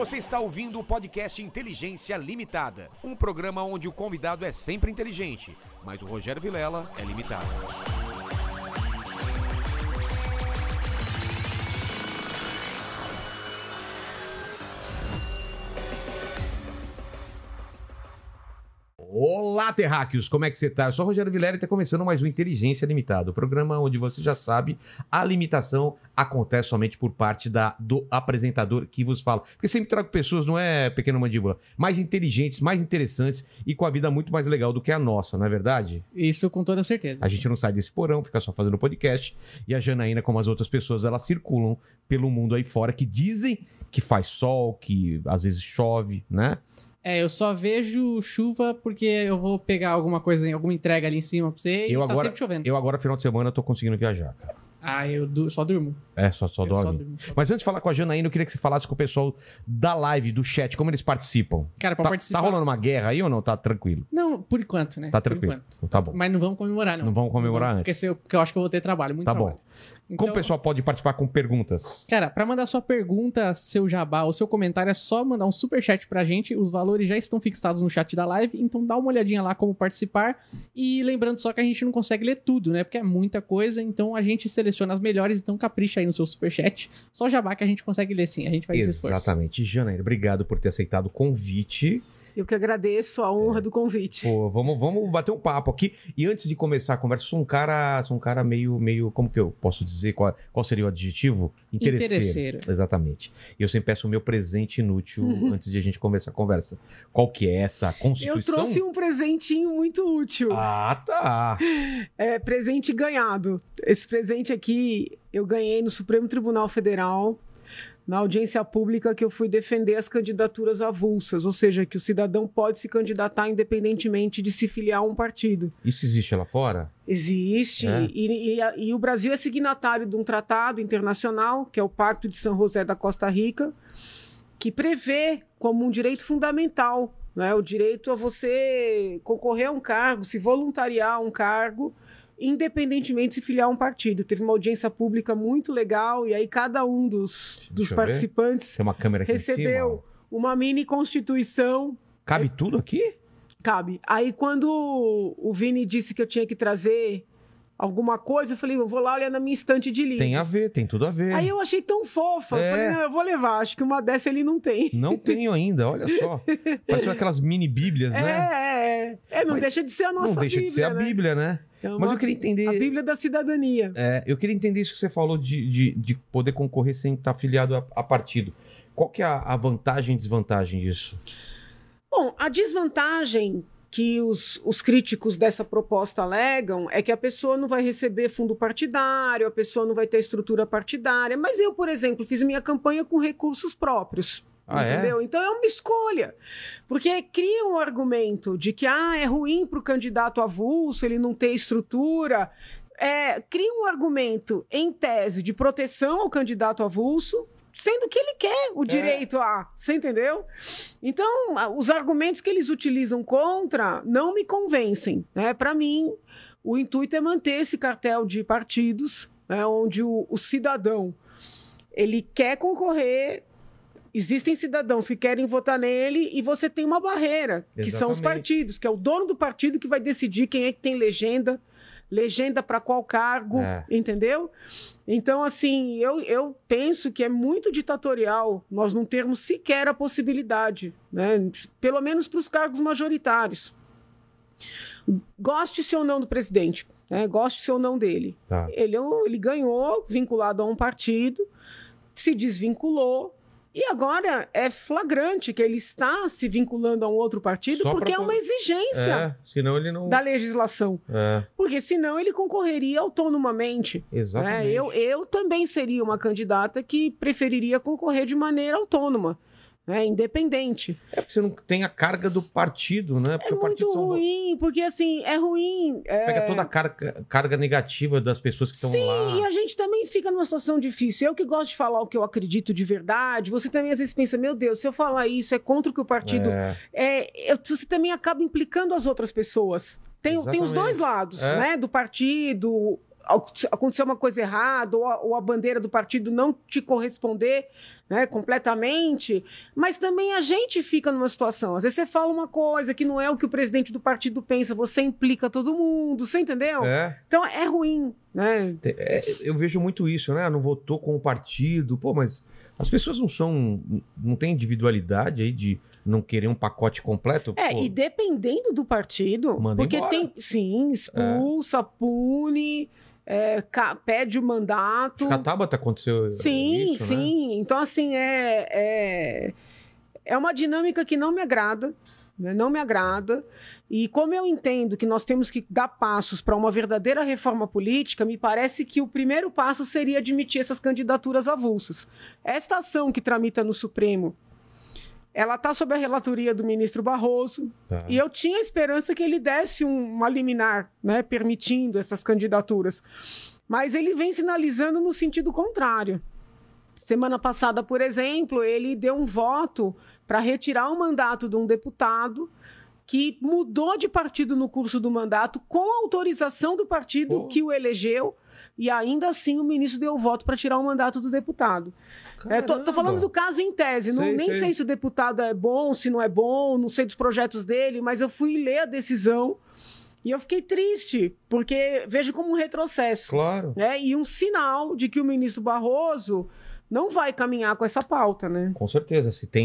Você está ouvindo o podcast Inteligência Limitada, um programa onde o convidado é sempre inteligente, mas o Rogério Vilela é limitado. Olá, terráqueos! Como é que você tá? Eu sou o Rogério Vilela e está começando mais um Inteligência Limitada, o programa onde você já sabe, a limitação acontece somente por parte do apresentador que vos fala. Porque sempre trago pessoas, não é, pequena mandíbula, mais inteligentes, mais interessantes e com a vida muito mais legal do que a nossa, não é verdade? Isso com toda certeza. A gente não sai desse porão, fica só fazendo podcast. E a Janaína, como as outras pessoas, elas circulam pelo mundo aí fora que dizem que faz sol, que às vezes chove, né? Eu só vejo chuva porque eu vou pegar alguma coisa, alguma entrega ali em cima pra você e tá sempre chovendo. Eu agora, final de semana, tô conseguindo viajar, cara. Eu só durmo. Só dorme. Mas antes de falar com a Janaína, eu queria que você falasse com o pessoal da live, do chat, como eles participam. Cara, pra participar... Tá rolando uma guerra aí ou não? Tá tranquilo? Não, por enquanto, né? Tá tranquilo. Tá bom. Mas não vamos comemorar, não. Não vamos comemorar antes. Porque eu acho que eu vou ter trabalho, muito trabalho. Tá bom. Então, como o pessoal pode participar com perguntas? Cara, pra mandar sua pergunta, seu jabá ou seu comentário, é só mandar um superchat pra gente. Os valores já estão fixados no chat da live, então dá uma olhadinha lá como participar. E lembrando só que a gente não consegue ler tudo, né? Porque é muita coisa, então a gente seleciona as melhores, então capricha aí no seu superchat. Só jabá que a gente consegue ler sim, a gente faz esse esforço. Exatamente. Janaína, obrigado por ter aceitado o convite. Eu que agradeço a honra do convite. Pô, vamos bater um papo aqui. E antes de começar a conversa, sou um cara meio como que eu posso dizer? Qual seria o adjetivo? Interesseiro. Exatamente. E eu sempre peço o meu presente inútil antes de a gente começar a conversa. Qual que é essa Constituição? Eu trouxe um presentinho muito útil. Ah, tá. Presente ganhado. Esse presente aqui eu ganhei no Supremo Tribunal Federal, na audiência pública que eu fui defender as candidaturas avulsas, ou seja, que o cidadão pode se candidatar independentemente de se filiar a um partido. Isso existe lá fora? Existe, e o Brasil é signatário de um tratado internacional, que é o Pacto de San José da Costa Rica, que prevê como um direito fundamental, né, o direito a você concorrer a um cargo, se voluntariar a um cargo, independentemente de se filiar a um partido. Teve uma audiência pública muito legal, e aí cada um dos participantes tem uma câmera aqui recebeu uma mini constituição. Cabe tudo aqui? Cabe. Aí quando o Vini disse que eu tinha que trazer alguma coisa, eu falei, eu vou lá olhar na minha estante de livros. Tem a ver, tem tudo a ver. Aí eu achei tão fofa, eu falei, não, eu vou levar, acho que uma dessa ele não tem. Não tenho ainda, olha só. Parecem aquelas mini bíblias, né? Não deixa de ser a nossa Bíblia, não deixa de ser a Bíblia, né? Mas eu queria entender... A Bíblia da cidadania. Eu queria entender isso que você falou de poder concorrer sem estar afiliado a partido. Qual que é a vantagem e desvantagem disso? Bom, a desvantagem que os críticos dessa proposta alegam é que a pessoa não vai receber fundo partidário, a pessoa não vai ter estrutura partidária. Mas eu, por exemplo, fiz minha campanha com recursos próprios. Entendeu? Então é uma escolha, porque cria um argumento de que é ruim para o candidato avulso, ele não ter estrutura, cria um argumento em tese de proteção ao candidato avulso, sendo que ele quer o direito você entendeu? Então os argumentos que eles utilizam contra não me convencem, né? Para mim o intuito é manter esse cartel de partidos, né, onde o cidadão ele quer concorrer. Existem cidadãos que querem votar nele e você tem uma barreira, que são os partidos, que é o dono do partido que vai decidir quem é que tem legenda para qual cargo, entendeu? Então, assim, eu penso que é muito ditatorial nós não termos sequer a possibilidade, né? Pelo menos para os cargos majoritários. Goste-se ou não do presidente, né? Goste-se ou não dele. Tá. Ele ganhou vinculado a um partido, se desvinculou, e agora é flagrante que ele está se vinculando a um outro partido porque é uma exigência senão ele não... da legislação. Porque senão ele concorreria autonomamente. Exatamente. Eu também seria uma candidata que preferiria concorrer de maneira autônoma. Independente. Porque você não tem a carga do partido, né? Porque é muito ruim, porque assim, é ruim... Pega toda a carga negativa das pessoas que estão lá. Sim, e a gente também fica numa situação difícil. Eu que gosto de falar o que eu acredito de verdade, você também às vezes pensa, meu Deus, se eu falar isso é contra o que o partido... Você também acaba implicando as outras pessoas. Tem os dois lados, né? Do partido... Aconteceu uma coisa errada, ou a bandeira do partido não te corresponder, né, completamente, mas também a gente fica numa situação. Às vezes você fala uma coisa que não é o que o presidente do partido pensa, você implica todo mundo, você entendeu? Então é ruim, né? Eu vejo muito isso, né? Não votou com o partido. Pô, mas as pessoas não têm individualidade aí de não querer um pacote completo? Pô, E dependendo do partido, manda porque embora. tem, sim, expulsa, pune, pede o mandato. Acho que a Tabata aconteceu Sim, isso, sim. né? Então, assim, é uma dinâmica que não me agrada, né? Não me agrada. E como eu entendo que nós temos que dar passos para uma verdadeira reforma política, me parece que o primeiro passo seria admitir essas candidaturas avulsas. Esta ação que tramita no Supremo, ela está sob a relatoria do ministro Barroso, Tá. e eu tinha esperança que ele desse uma liminar, né, permitindo essas candidaturas. Mas ele vem sinalizando no sentido contrário. Semana passada, por exemplo, ele deu um voto para retirar o mandato de um deputado que mudou de partido no curso do mandato com autorização do partido que o elegeu, e ainda assim o ministro deu o voto para tirar o mandato do deputado. Tô falando do caso em tese, nem sei se o deputado é bom, se não é bom, não sei dos projetos dele, mas eu fui ler a decisão e eu fiquei triste, porque vejo como um retrocesso. Claro. E um sinal de que o ministro Barroso não vai caminhar com essa pauta, né? Com certeza, se tem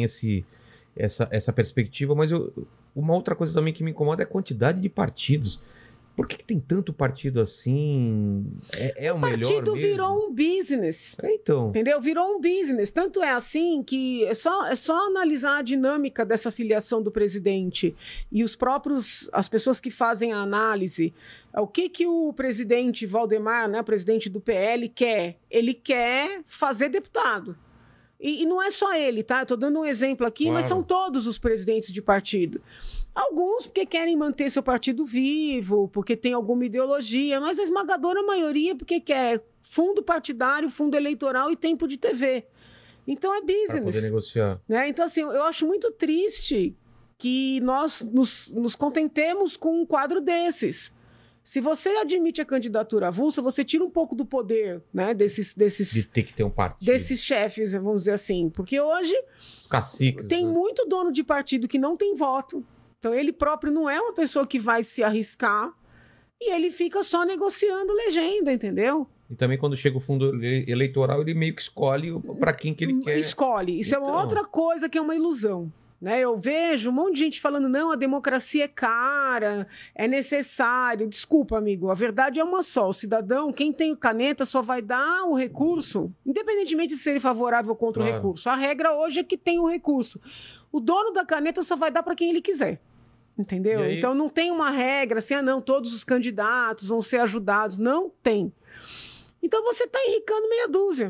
essa perspectiva, mas uma outra coisa também que me incomoda é a quantidade de partidos. Por que tem tanto partido assim? É o melhor partido mesmo? virou um business. Então. Entendeu? Virou um business. Tanto é assim que é só analisar a dinâmica dessa filiação do presidente e as pessoas que fazem a análise. O que o presidente Valdemar, né, presidente do PL, quer? Ele quer fazer deputado. E não é só ele, tá? Eu tô dando um exemplo aqui, Claro. mas são todos os presidentes de partido. Alguns porque querem manter seu partido vivo, porque tem alguma ideologia, mas a esmagadora maioria porque quer fundo partidário, fundo eleitoral e tempo de TV. Então é Para poder business. negociar. Né? Então, assim, eu acho muito triste que nós nos contentemos com um quadro desses. Se você admite a candidatura avulsa, você tira um pouco do poder, né, De ter que ter um partido. desses chefes, vamos dizer assim. Porque hoje Os caciques. tem né? muito dono de partido que não tem voto. Então ele próprio não é uma pessoa que vai se arriscar e ele fica só negociando legenda, entendeu? E também quando chega o fundo eleitoral, ele meio que escolhe para quem que ele quer. Escolhe. Isso é Então. uma outra coisa que é uma ilusão. Né? Eu vejo um monte de gente falando, não, a democracia é cara, é necessário. Desculpa, amigo, a verdade é uma só. O cidadão, quem tem caneta, só vai dar o recurso, independentemente de ser favorável ou contra o Claro. recurso. A regra hoje é que tem o recurso. O dono da caneta só vai dar para quem ele quiser. Entendeu? E aí? Então não tem uma regra assim, não, todos os candidatos vão ser ajudados. Não tem. Então você está enricando meia dúzia.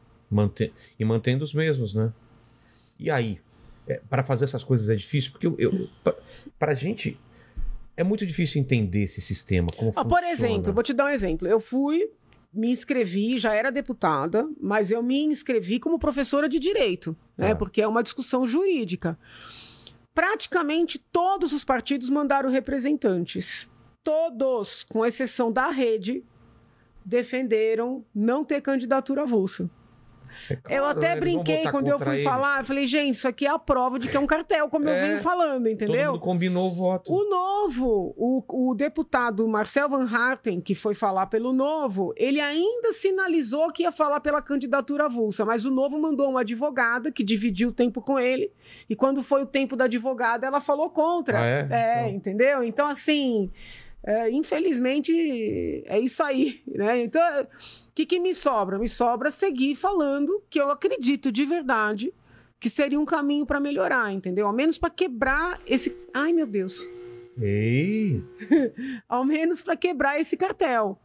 E mantendo os mesmos, né? E aí? Para fazer essas coisas é difícil? Porque pra gente é muito difícil entender esse sistema, como funciona. Por exemplo, vou te dar um exemplo. Eu me inscrevi, já era deputada, mas eu me inscrevi como professora de direito, né? Tá. Porque é uma discussão jurídica. Praticamente todos os partidos mandaram representantes. Todos, com exceção da Rede, defenderam não ter candidatura avulsa. É claro, Eu até né? Eles vão brinquei votar quando eu contra fui eles. falar, eu falei, gente, isso aqui é a prova de que é um cartel, como eu venho falando, Todo entendeu? mundo combinou o voto. O Novo, o deputado Marcel Van Harten, que foi falar pelo Novo, ele ainda sinalizou que ia falar pela candidatura avulsa, mas o Novo mandou uma advogada que dividiu o tempo com ele, e quando foi o tempo da advogada, ela falou contra. Então. Entendeu? Então, assim, infelizmente, é isso aí, né? Então, o que me sobra? Me sobra seguir falando que eu acredito de verdade que seria um caminho para melhorar, entendeu? Ao menos para quebrar esse... Ai, meu Deus. Ei! Ao menos para quebrar esse cartel.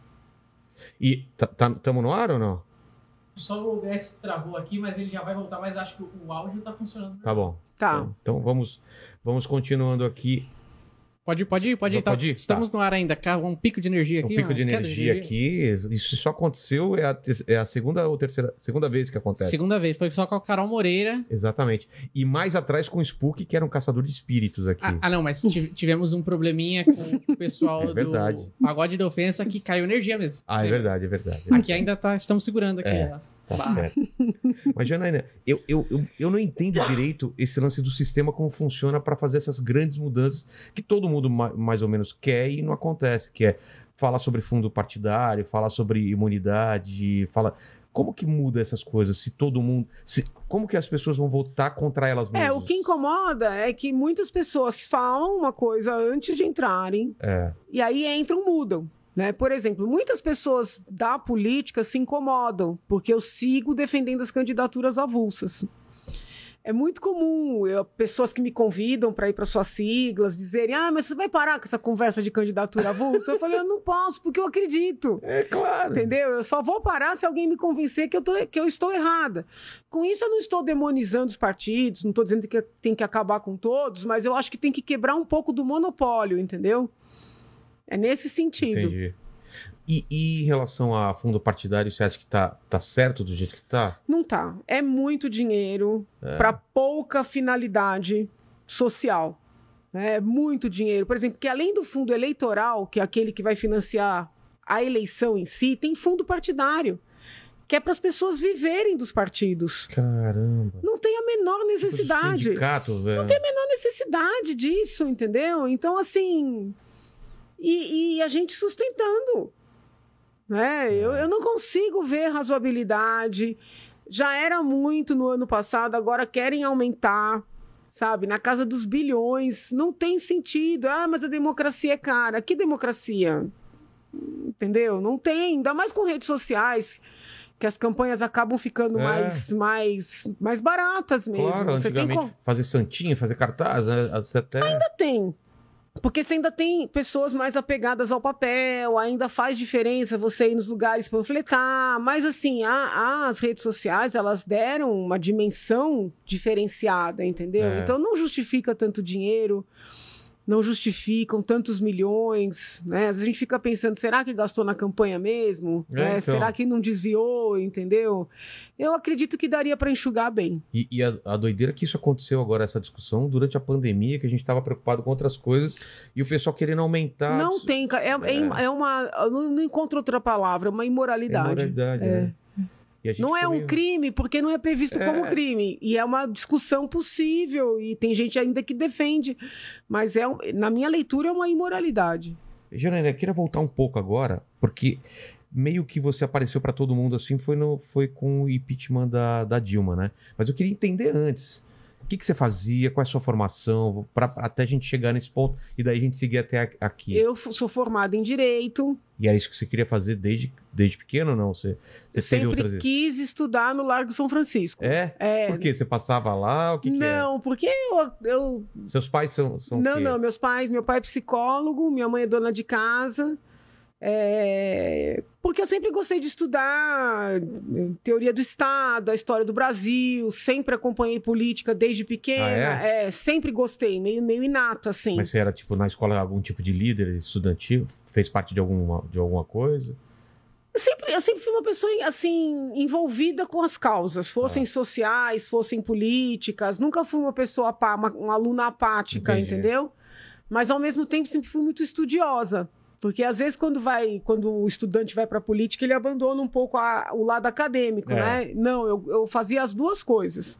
E tamo no ar ou não? Só o OBS travou aqui, mas ele já vai voltar, mas acho que o áudio tá funcionando. Tá bom. Tá. Então vamos continuando aqui. Pode ir. Pode ir? Estamos no ar ainda. Um pico de energia aqui. Um pico uma de queda energia aqui. Isso só aconteceu, é a segunda ou segunda vez que acontece. Segunda vez. Foi só com a Carol Moreira. Exatamente. E mais atrás com o Spook, que era um caçador de espíritos aqui. Não, mas tivemos um probleminha com o pessoal É verdade. do Pagode da Ofensa que caiu energia mesmo. É verdade. Aqui ainda estamos segurando aqui. Ela. Tá certo. Mas, Janaína, eu não entendo direito esse lance do sistema, como funciona para fazer essas grandes mudanças que todo mundo mais ou menos quer e não acontece, que é falar sobre fundo partidário, falar sobre imunidade, Como que muda essas coisas? Se todo mundo... Como que as pessoas vão votar contra elas mesmas? O que incomoda é que muitas pessoas falam uma coisa antes de entrarem, e aí entram, mudam. Né? Por exemplo, muitas pessoas da política se incomodam, porque eu sigo defendendo as candidaturas avulsas. É muito comum pessoas que me convidam para ir para suas siglas dizerem: mas você vai parar com essa conversa de candidatura avulsa? Eu falei: eu não posso, porque eu acredito. É claro. Entendeu? Eu só vou parar se alguém me convencer que eu estou errada. Com isso, eu não estou demonizando os partidos, não estou dizendo que tem que acabar com todos, mas eu acho que tem que quebrar um pouco do monopólio, entendeu? É nesse sentido. Entendi. E em relação a fundo partidário, você acha que tá certo do jeito que tá? Não tá. É muito dinheiro para pouca finalidade social. É muito dinheiro. Por exemplo, que além do fundo eleitoral, que é aquele que vai financiar a eleição em si, tem fundo partidário, que é para as pessoas viverem dos partidos. Caramba. Não tem a menor necessidade. Sindicato, velho. Não tem a menor necessidade disso, entendeu? Então, assim... E a gente sustentando. Né? Eu não consigo ver razoabilidade. Já era muito no ano passado, agora querem aumentar, sabe? Na casa dos bilhões. Não tem sentido. Mas a democracia é cara. Que democracia? Entendeu? Não tem. Ainda mais com redes sociais, que as campanhas acabam ficando mais baratas mesmo. Claro, você antigamente tem fazer santinha, fazer cartaz, né? Você até... Ainda tem. Porque você ainda tem pessoas mais apegadas ao papel, ainda faz diferença você ir nos lugares panfletar, mas assim, as redes sociais, elas deram uma dimensão diferenciada, entendeu? Então não justifica tanto dinheiro, não justificam tantos milhões, né? Às vezes a gente fica pensando, será que gastou na campanha mesmo? Então. Será que não desviou, entendeu? Eu acredito que daria para enxugar bem. E a doideira que isso aconteceu agora, essa discussão, durante a pandemia, que a gente estava preocupado com outras coisas, e o pessoal querendo aumentar... Não tem, é uma... Eu não encontro outra palavra, é uma imoralidade. Né? Não é um crime, porque não é previsto como crime. E é uma discussão possível, e tem gente ainda que defende. Mas, na minha leitura, é uma imoralidade. Janaína, eu queria voltar um pouco agora, porque meio que você apareceu para todo mundo assim, foi com o impeachment da Dilma, né? Mas eu queria entender antes. O que você fazia? Qual é a sua formação? Até a gente chegar nesse ponto e daí a gente seguir até aqui. Eu sou formada em Direito. E é isso que você queria fazer desde pequeno ou não? Você sempre outras... quis estudar no Largo São Francisco. Por quê? Você passava lá? O que não, porque eu... Seus pais são Não, meus pais... Meu pai é psicólogo, minha mãe é dona de casa... Porque eu sempre gostei de estudar teoria do Estado, a história do Brasil, sempre acompanhei política desde pequena, sempre gostei, meio inato, assim. Mas você era, tipo, na escola algum tipo de líder estudantil? Fez parte de alguma coisa? Eu sempre fui uma pessoa, assim, envolvida com as causas, fossem sociais, fossem políticas, nunca fui uma pessoa, uma aluna apática, Entendi. entendeu? Mas, ao mesmo tempo, sempre fui muito estudiosa. Porque, às vezes, quando o estudante vai para a política, ele abandona um pouco o lado acadêmico, né? Não, eu fazia as duas coisas.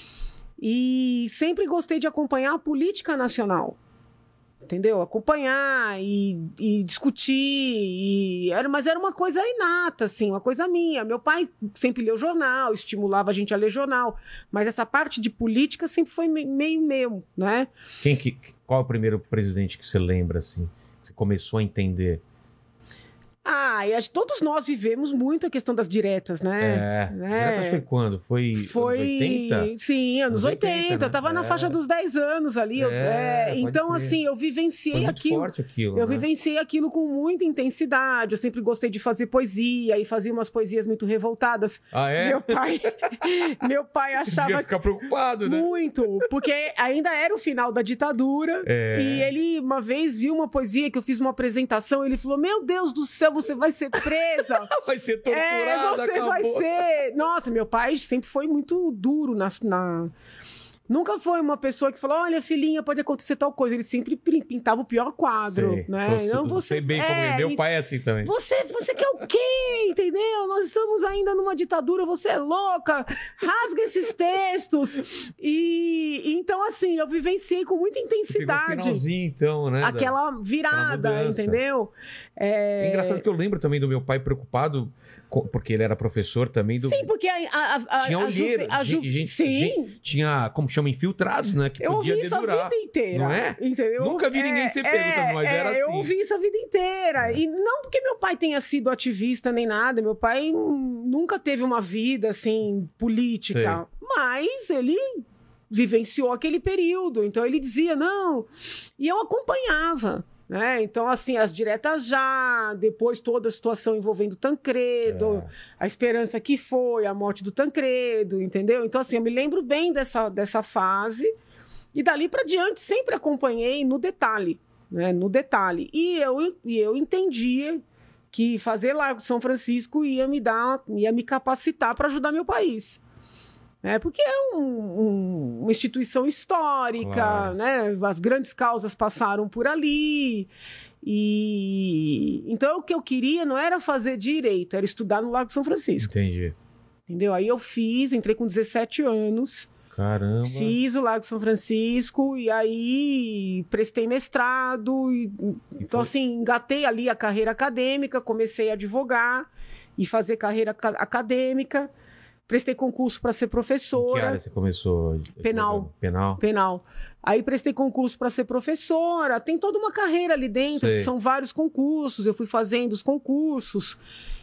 E sempre gostei de acompanhar a política nacional. Entendeu? Acompanhar e discutir. Mas era uma coisa inata, assim, uma coisa minha. Meu pai sempre leu jornal, estimulava a gente a ler jornal. Mas essa parte de política sempre foi meio meu, né? Qual é o primeiro presidente que você lembra, assim? Você começou a entender? Todos nós vivemos muito a questão das diretas, né? Diretas foi quando? Foi anos 80? Sim, anos 80. Né? Eu tava na faixa dos 10 anos ali. Então, assim, eu vivenciei foi muito aquilo. Forte aquilo. Eu vivenciei aquilo com muita intensidade. Eu sempre gostei de fazer poesia e fazia umas poesias muito revoltadas. Meu pai achava... Devia ficar preocupado, né? Muito, porque ainda era o final da ditadura. E ele, uma vez, viu uma poesia que eu fiz uma apresentação. Ele falou, meu Deus do céu, você vai ser presa. Vai ser torturada, você acabou. vai ser... Nossa, meu pai sempre foi muito duro na Nunca foi uma pessoa que falou, olha, filhinha, pode acontecer tal coisa. Ele sempre pintava o pior quadro, Sei. né? Então, você bem como é. Meu pai é assim também. Você quer o quê? Entendeu? Nós estamos ainda numa ditadura, você é louca. Rasga esses textos. E então, assim, eu vivenciei com muita intensidade. Pegou o finalzinho, então, né? Aquela virada, entendeu? É engraçado que eu lembro também do meu pai preocupado, porque ele era professor também. Sim, porque tinha olheiro, gente tinha, como chama, infiltrados, né? Que eu podia ouvi isso dedurar, a vida inteira. Não é? Entendeu? Nunca vi ninguém ser pego também, mas era assim. Eu ouvi isso a vida inteira. E não porque meu pai tenha sido ativista nem nada, meu pai nunca teve uma vida, assim, política. Sei. Mas ele vivenciou aquele período, então ele dizia, não... E eu acompanhava... Né? Então, assim, as diretas já, depois toda a situação envolvendo Tancredo, a esperança que foi, a morte do Tancredo, entendeu? Então, assim, eu me lembro bem dessa fase, e dali para diante sempre acompanhei no detalhe, né? No detalhe. E eu entendia que fazer Largo São Francisco ia me capacitar para ajudar meu país. Porque é uma instituição histórica, claro. Né? As grandes causas passaram por ali. Então, o que eu queria não era fazer direito, era estudar no Largo São Francisco. Entendi. Entendeu? Aí eu entrei com 17 anos. Caramba! Fiz o Largo São Francisco e aí prestei mestrado. Então, assim, engatei ali a carreira acadêmica, comecei a advogar e fazer carreira acadêmica. Prestei concurso para ser professora. Em que área você começou? Penal. Aí prestei concurso para ser professora. Tem toda uma carreira ali dentro, que são vários concursos. Eu fui fazendo os concursos.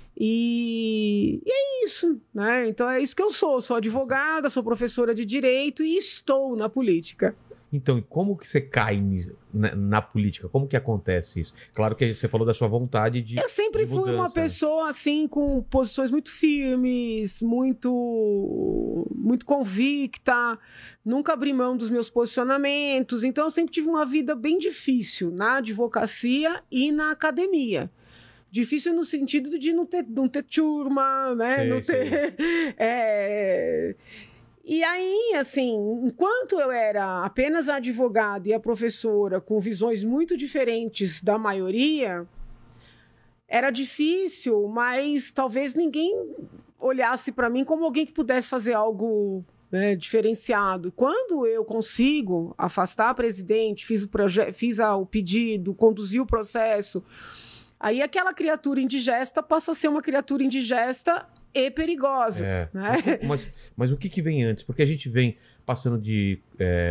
E é isso, né? Então é isso que eu sou. Sou advogada, sou professora de direito e estou na política. Então, e como que você cai na política? Como que acontece isso? Claro que você falou da sua vontade de... Eu sempre fui uma pessoa, assim, com posições muito firmes, muito convicta, nunca abri mão dos meus posicionamentos. Então, eu sempre tive uma vida bem difícil na advocacia e na academia. Difícil no sentido de não ter turma, né? Não ter... E aí, assim, enquanto eu era apenas a advogada e a professora com visões muito diferentes da maioria, era difícil, mas talvez ninguém olhasse para mim como alguém que pudesse fazer algo, diferenciado. Quando eu consigo afastar a presidente, fiz o pedido, conduzi o processo, aí aquela criatura indigesta passa a ser uma criatura indigesta e perigosa. Né? Mas o que vem antes? Porque a gente vem passando de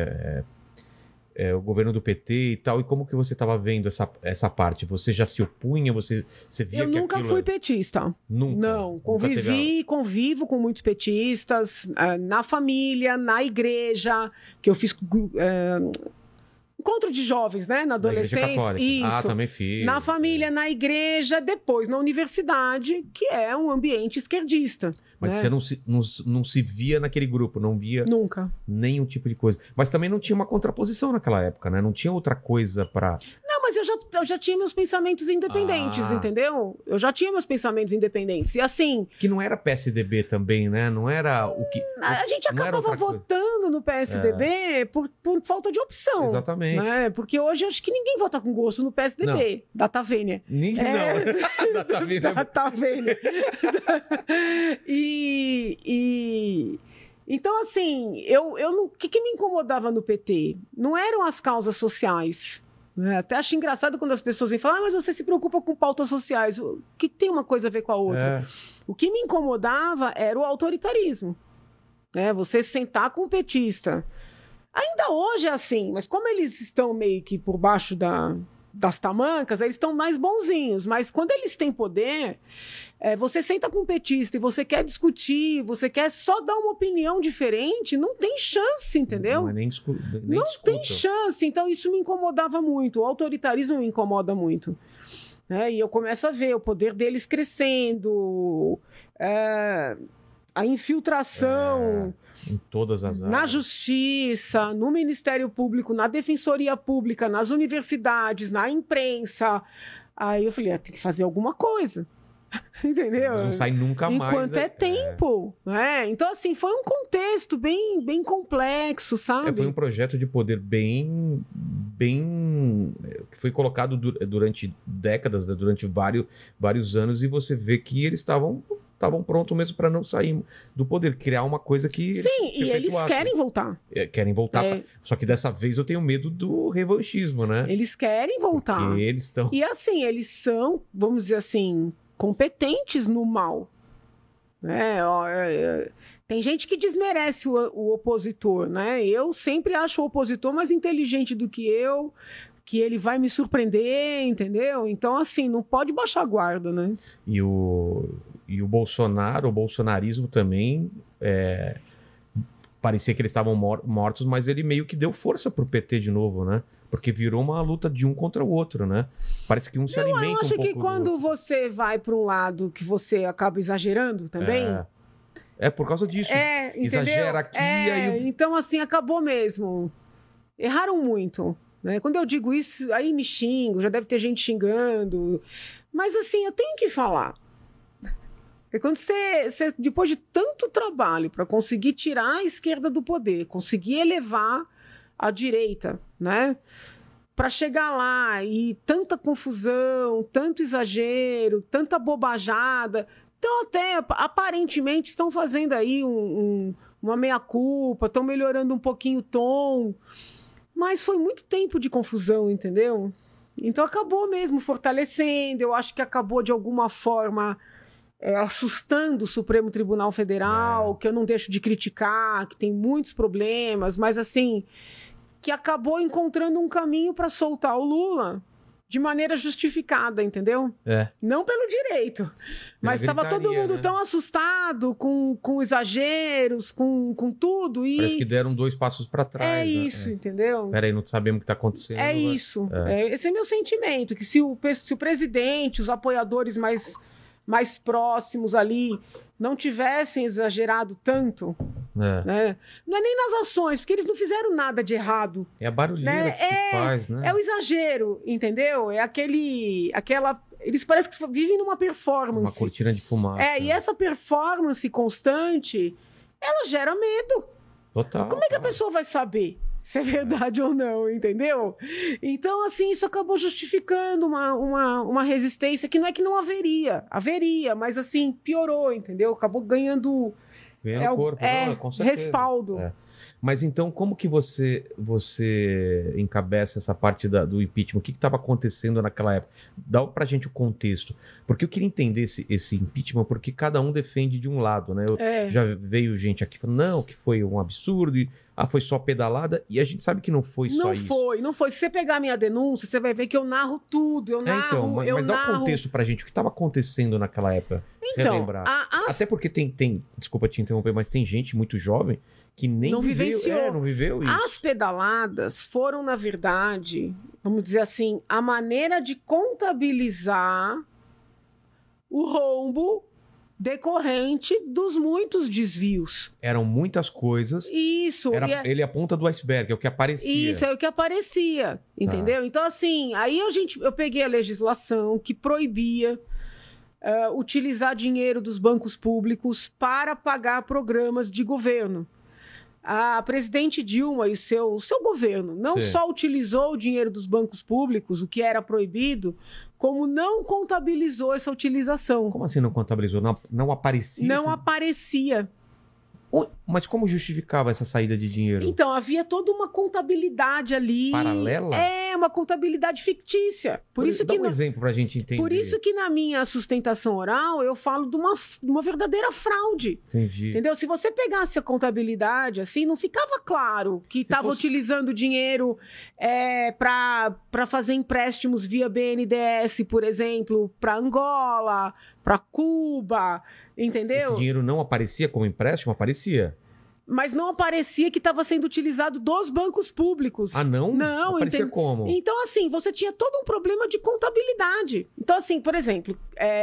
o governo do PT e tal, e como que você estava vendo essa parte? Você já se opunha? Você via eu que nunca fui petista. Nunca? Não. Convivo com muitos petistas, na família, na igreja, que eu fiz... encontro de jovens, né? Na adolescência. Isso. Também fiz. Na família, na igreja, depois na universidade, que é um ambiente esquerdista. Mas né? você não se via naquele grupo, não via... Nunca. Nenhum tipo de coisa. Mas também não tinha uma contraposição naquela época, né? Não tinha outra coisa pra... Não, mas eu já tinha meus pensamentos independentes, entendeu? Eu já tinha meus pensamentos independentes. E assim... Que não era PSDB também, né? Não era o que... A gente acabava votando no PSDB por falta de opção. Exatamente. Né? Porque hoje eu acho que ninguém vota com gosto no PSDB. Data Vênia. Ninguém não. Data Vênia. Data Vênia. Então, assim, o que me incomodava no PT? Não eram as causas sociais. Né? Até acho engraçado quando as pessoas vêm falar, mas você se preocupa com pautas sociais. O que tem uma coisa a ver com a outra? O que me incomodava era o autoritarismo. Você sentar com um petista. Ainda hoje é assim, mas como eles estão meio que por baixo das tamancas, eles estão mais bonzinhos. Mas quando eles têm poder, você senta com um petista e você quer discutir, você quer só dar uma opinião diferente, não tem chance, entendeu? Não é nem não tem chance. Então isso me incomodava muito. O autoritarismo me incomoda muito. E eu começo a ver o poder deles crescendo, a infiltração... Em todas as áreas. Na justiça, no Ministério Público, na Defensoria Pública, nas universidades, na imprensa. Aí eu falei, tem que fazer alguma coisa. Entendeu? Não sai nunca mais. Enquanto é tempo. Né? Então, assim, foi um contexto bem complexo, sabe? Foi um projeto de poder bem que foi colocado durante décadas, né? Durante vários anos, e você vê que eles estavam prontos mesmo para não sair do poder, criar uma coisa que... Sim, e eles querem voltar. Querem voltar. Só que dessa vez eu tenho medo do revanchismo, né? Eles querem voltar. Porque eles estão... E assim, eles são, vamos dizer assim, competentes no mal. Tem gente que desmerece o opositor, né? Eu sempre acho o opositor mais inteligente do que eu, que ele vai me surpreender, entendeu? Então, assim, não pode baixar a guarda, né? E o Bolsonaro, o bolsonarismo também, parecia que eles estavam mortos, mas ele meio que deu força pro PT de novo, né? Porque virou uma luta de um contra o outro, né? Parece que um se alimenta um pouco. Eu acho que quando você vai para um lado que você acaba exagerando também... É por causa disso. Entendeu? Exagera aqui, aí... Então, assim, acabou mesmo. Erraram muito. Né? Quando eu digo isso, aí me xingo, já deve ter gente xingando. Mas, assim, eu tenho que falar. É quando você depois de tanto trabalho para conseguir tirar a esquerda do poder, conseguir elevar a direita, né? Para chegar lá e tanta confusão, tanto exagero, tanta bobajada. Então, até aparentemente estão fazendo aí uma meia-culpa, estão melhorando um pouquinho o tom. Mas foi muito tempo de confusão, entendeu? Então acabou mesmo fortalecendo. Eu acho que acabou de alguma forma assustando o Supremo Tribunal Federal, que eu não deixo de criticar, que tem muitos problemas, mas assim, que acabou encontrando um caminho para soltar o Lula de maneira justificada, entendeu? Não pelo direito. Mas estava todo mundo tão assustado com exageros, com tudo. E... Parece que deram 2 passos para trás. Isso, entendeu? Peraí, não sabemos o que está acontecendo. Isso. Esse é meu sentimento, que se o presidente, os apoiadores mais próximos ali não tivessem exagerado tanto, né? Não é nem nas ações, porque eles não fizeram nada de errado. É a barulheira que se faz, né? É o exagero, entendeu? É aquela... Eles parecem que vivem numa performance. Uma cortina de fumaça. E essa performance constante, ela gera medo. Total. Como é que a pessoa vai saber se é verdade ou não, entendeu? Então, assim, isso acabou justificando uma resistência que não é que não haveria, mas assim, piorou, entendeu? Acabou ganhando corpo, com certeza. Respaldo. Mas então, como que você encabeça essa parte do impeachment? O que estava acontecendo naquela época? Dá pra gente o contexto. Porque eu queria entender esse impeachment, porque cada um defende de um lado, né? Já veio gente aqui falando, não, que foi um absurdo, foi só pedalada, e a gente sabe que não foi só isso. Não foi. Se você pegar a minha denúncia, você vai ver que eu narro tudo, mas dá o contexto pra gente, o que estava acontecendo naquela época? Então, relembrar. Até porque tem, desculpa te interromper, mas tem gente muito jovem que nem não vivenciou. Não viveu isso. As pedaladas foram, na verdade, vamos dizer assim, a maneira de contabilizar o rombo decorrente dos muitos desvios. Eram muitas coisas. Isso. Ele é a ponta do iceberg, é o que aparecia. Isso, é o que aparecia, entendeu? Então, assim, aí eu peguei a legislação que proibia utilizar dinheiro dos bancos públicos para pagar programas de governo. A presidente Dilma e o seu governo não só utilizou o dinheiro dos bancos públicos, o que era proibido, como não contabilizou essa utilização. Como assim não contabilizou? Não aparecia? Não aparecia. Mas como justificava essa saída de dinheiro? Então, havia toda uma contabilidade ali. Paralela? Uma contabilidade fictícia. Dá um exemplo pra gente entender. Por isso que na minha sustentação oral eu falo de uma verdadeira fraude. Entendi. Entendeu? Se você pegasse a contabilidade assim, não ficava claro que estava utilizando dinheiro para fazer empréstimos via BNDES, por exemplo, para Angola, para Cuba, entendeu? Esse dinheiro não aparecia como empréstimo? Aparecia. Mas não aparecia que estava sendo utilizado dos bancos públicos. Ah, não? Não, aparecia como? Então, assim, você tinha todo um problema de contabilidade. Então, assim, por exemplo,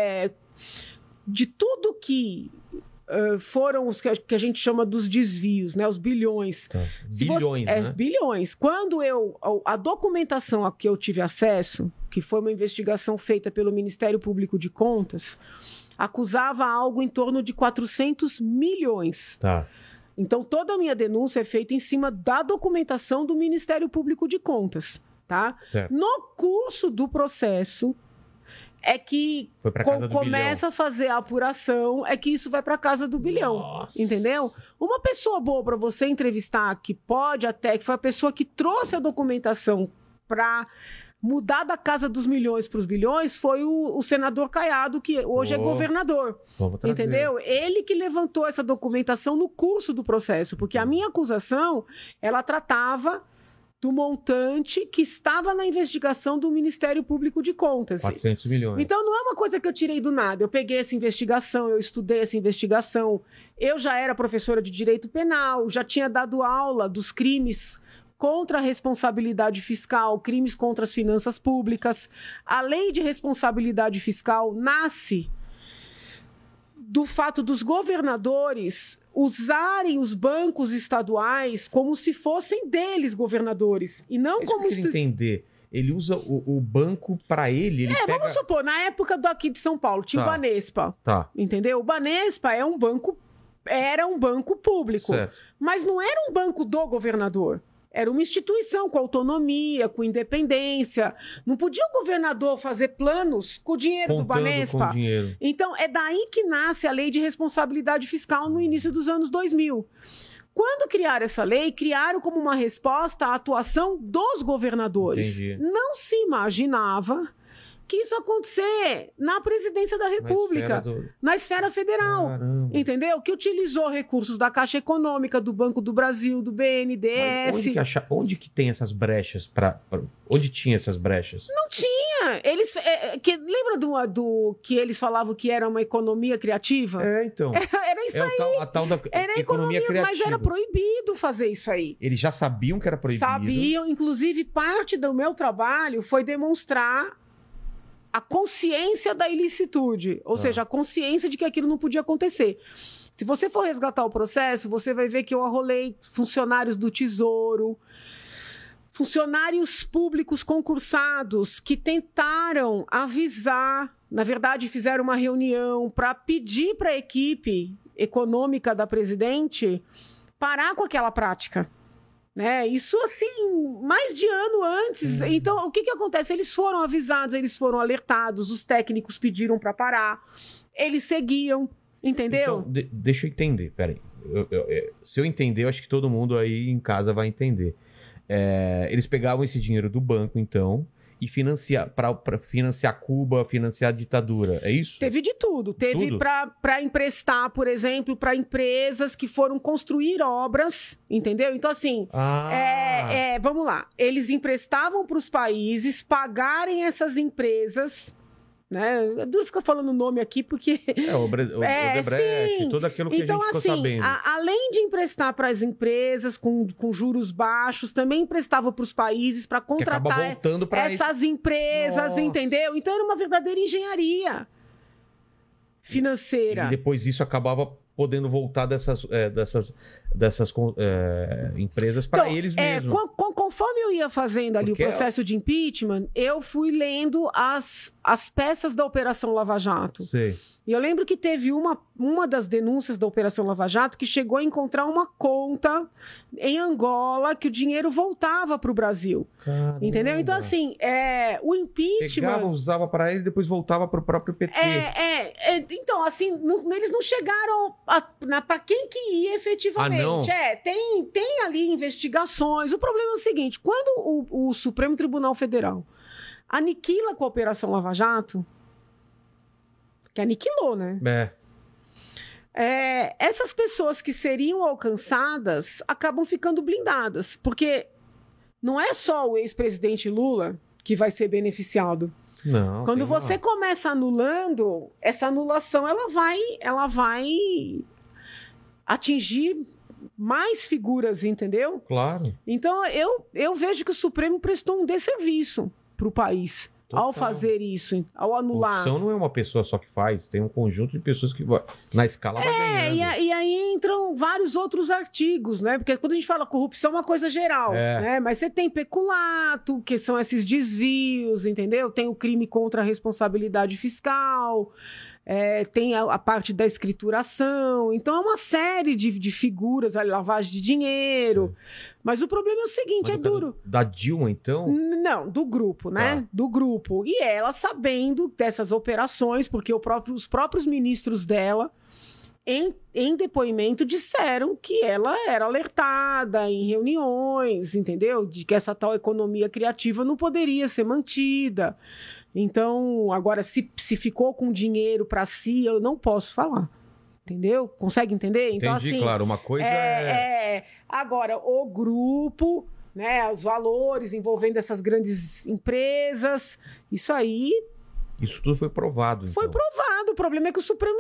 de tudo que foram os que a gente chama dos desvios, né? Os bilhões. Bilhões, né? Bilhões. Quando a documentação a que eu tive acesso, que foi uma investigação feita pelo Ministério Público de Contas, acusava algo em torno de 400 milhões. Tá. Então, toda a minha denúncia é feita em cima da documentação do Ministério Público de Contas, tá? Certo. No curso do processo, é que Foi pra casa do começa a fazer a apuração, é que isso vai para casa do bilhão, Nossa. entendeu? Uma pessoa boa para você entrevistar, que pode até, que foi a pessoa que trouxe a documentação para mudar da casa dos milhões para os bilhões, foi o senador Caiado, que hoje é governador. Vamos trazer. Entendeu? Ele que levantou essa documentação no curso do processo, porque a minha acusação, ela tratava do montante que estava na investigação do Ministério Público de Contas. 400 milhões. Então não é uma coisa que eu tirei do nada. Eu peguei essa investigação, eu estudei essa investigação. Eu já era professora de direito penal, já tinha dado aula dos crimes contra a responsabilidade fiscal, crimes contra as finanças públicas. A lei de responsabilidade fiscal nasce do fato dos governadores usarem os bancos estaduais como se fossem deles governadores e não É isso como que eu queria entender. Ele usa o banco pra ele pega... Vamos supor, na época aqui de São Paulo, tinha o Tá. Banespa, Tá, entendeu? O Banespa era um banco público, certo. mas não era um banco do governador. Era uma instituição com autonomia, com independência. Não podia o governador fazer planos com o dinheiro do Contando Banespa. com dinheiro. Então, é daí que nasce a lei de responsabilidade fiscal no início dos anos 2000. Quando criaram essa lei, criaram como uma resposta à atuação dos governadores. Entendi. Não se imaginava que isso ia acontecer na presidência da República, na esfera federal. Caramba. Entendeu? Que utilizou recursos da Caixa Econômica, do Banco do Brasil, do Mas BNDES. onde que tem essas brechas? Onde tinha essas brechas? Não tinha. Eles, lembra do que eles falavam que era uma economia criativa? Então. Era isso aí. A tal da Era economia criativa. mas era proibido fazer isso aí. Eles já sabiam que era proibido. Sabiam, inclusive parte do meu trabalho foi demonstrar a consciência da ilicitude, ou seja, a consciência de que aquilo não podia acontecer. Se você for resgatar o processo, você vai ver que eu arrolei funcionários do Tesouro, funcionários públicos concursados que tentaram avisar, na verdade fizeram uma reunião para pedir para a equipe econômica da presidente parar com aquela prática. Né? Isso, assim, mais de ano antes. Então, o que acontece? Eles foram avisados, eles foram alertados, os técnicos pediram para parar, eles seguiam, entendeu? Então, deixa eu entender, peraí. Se eu entender, eu acho que todo mundo aí em casa vai entender. Eles pegavam esse dinheiro do banco, então, e para financiar Cuba, financiar a ditadura, é isso? Teve de tudo. Teve para emprestar, por exemplo, para empresas que foram construir obras, entendeu? Então, assim, vamos lá. Eles emprestavam para os países pagarem essas empresas, né? É duro ficar falando o nome aqui, porque... Odebrecht, sim. tudo aquilo que então, a gente ficou assim, sabendo. Além de emprestar para as empresas com juros baixos, também emprestava para os países para contratar voltando pra essas empresas, Nossa. Entendeu? Então, era uma verdadeira engenharia financeira. E depois isso acabava podendo voltar dessas empresas para eles mesmos. Conforme eu ia fazendo ali Porque o processo de impeachment, eu fui lendo as peças da Operação Lava Jato. Sei. E eu lembro que teve uma das denúncias da Operação Lava Jato que chegou a encontrar uma conta em Angola que o dinheiro voltava para o Brasil. Caramba. Entendeu? Então, assim, o impeachment... Pegava, usava para ele e depois voltava para o próprio PT. Então, assim, eles não chegaram para quem que ia efetivamente. Não? Tem ali investigações. O problema é o seguinte, quando o Supremo Tribunal Federal aniquila com a Operação Lava Jato, que aniquilou, né? Essas pessoas que seriam alcançadas acabam ficando blindadas, porque não é só o ex-presidente Lula que vai ser beneficiado. Não. Quando você começa anulando, essa anulação ela vai atingir mais figuras, entendeu? Claro. Então eu vejo que o Supremo prestou um desserviço para o país. ao fazer isso, ao anular. Corrupção não é uma pessoa só que faz, tem um conjunto de pessoas que na escala vai ganhando. E aí entram vários outros artigos, né? Porque quando a gente fala corrupção é uma coisa geral, né? Mas você tem peculato, que são esses desvios, entendeu? Tem o crime contra a responsabilidade fiscal, tem a parte da escrituração. Então é uma série de figuras, a lavagem de dinheiro. Sim. Mas o problema é o seguinte, é duro. Da Dilma, então? Não, do grupo, né? Tá. Do grupo. E ela sabendo dessas operações, porque os próprios ministros dela, em depoimento, disseram que ela era alertada em reuniões, entendeu? De que essa tal economia criativa não poderia ser mantida. Então, agora, se ficou com dinheiro para si, eu não posso falar. Entendeu? Consegue entender? Entendi, então, assim, claro. Uma coisa Agora, o grupo, né, os valores envolvendo essas grandes empresas, isso aí... Isso tudo foi provado, então. Foi provado. O problema é que o Supremo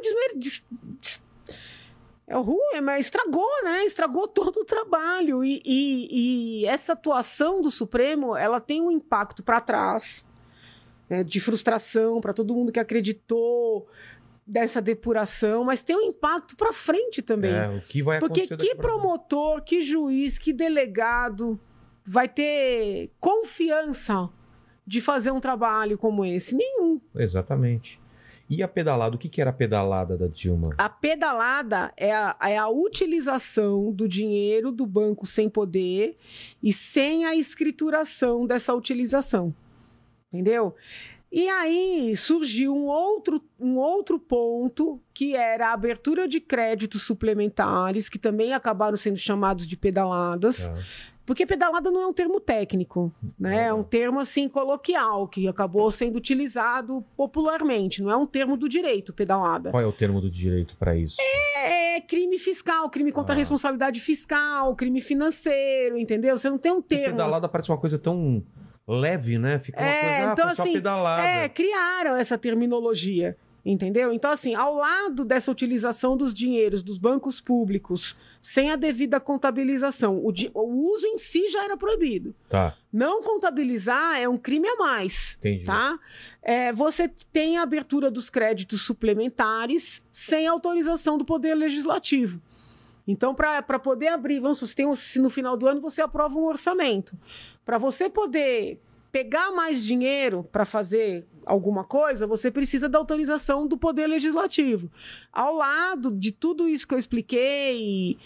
mas estragou, né? Estragou todo o trabalho. E essa atuação do Supremo, ela tem um impacto para trás, né, de frustração para todo mundo que acreditou dessa depuração, mas tem um impacto para frente também. O que vai acontecer? Porque que promotor, que juiz, que delegado vai ter confiança de fazer um trabalho como esse? Nenhum. Exatamente. E a pedalada? O que era a pedalada da Dilma? A pedalada é a utilização do dinheiro do banco sem poder e sem a escrituração dessa utilização. Entendeu? E aí surgiu um outro ponto, que era a abertura de créditos suplementares, que também acabaram sendo chamados de pedaladas. Porque pedalada não é um termo técnico, né? É um termo, assim, coloquial, que acabou sendo utilizado popularmente. Não é um termo do direito, pedalada. Qual é o termo do direito para isso? É crime fiscal, crime contra a responsabilidade fiscal, crime financeiro, entendeu? Você não tem um termo. Pedalada parece uma coisa tão leve, né? Fica uma coisa, então, foi assim, só pedalada. Criaram essa terminologia. Entendeu? Então, assim, ao lado dessa utilização dos dinheiros dos bancos públicos sem a devida contabilização, o uso em si já era proibido. Tá. Não contabilizar é um crime a mais. Entendi. Tá? Você tem a abertura dos créditos suplementares sem autorização do Poder Legislativo. Então, para poder abrir, se no final do ano você aprova um orçamento, para você poder pegar mais dinheiro para fazer alguma coisa, você precisa da autorização do Poder Legislativo. Ao lado de tudo isso que eu expliquei,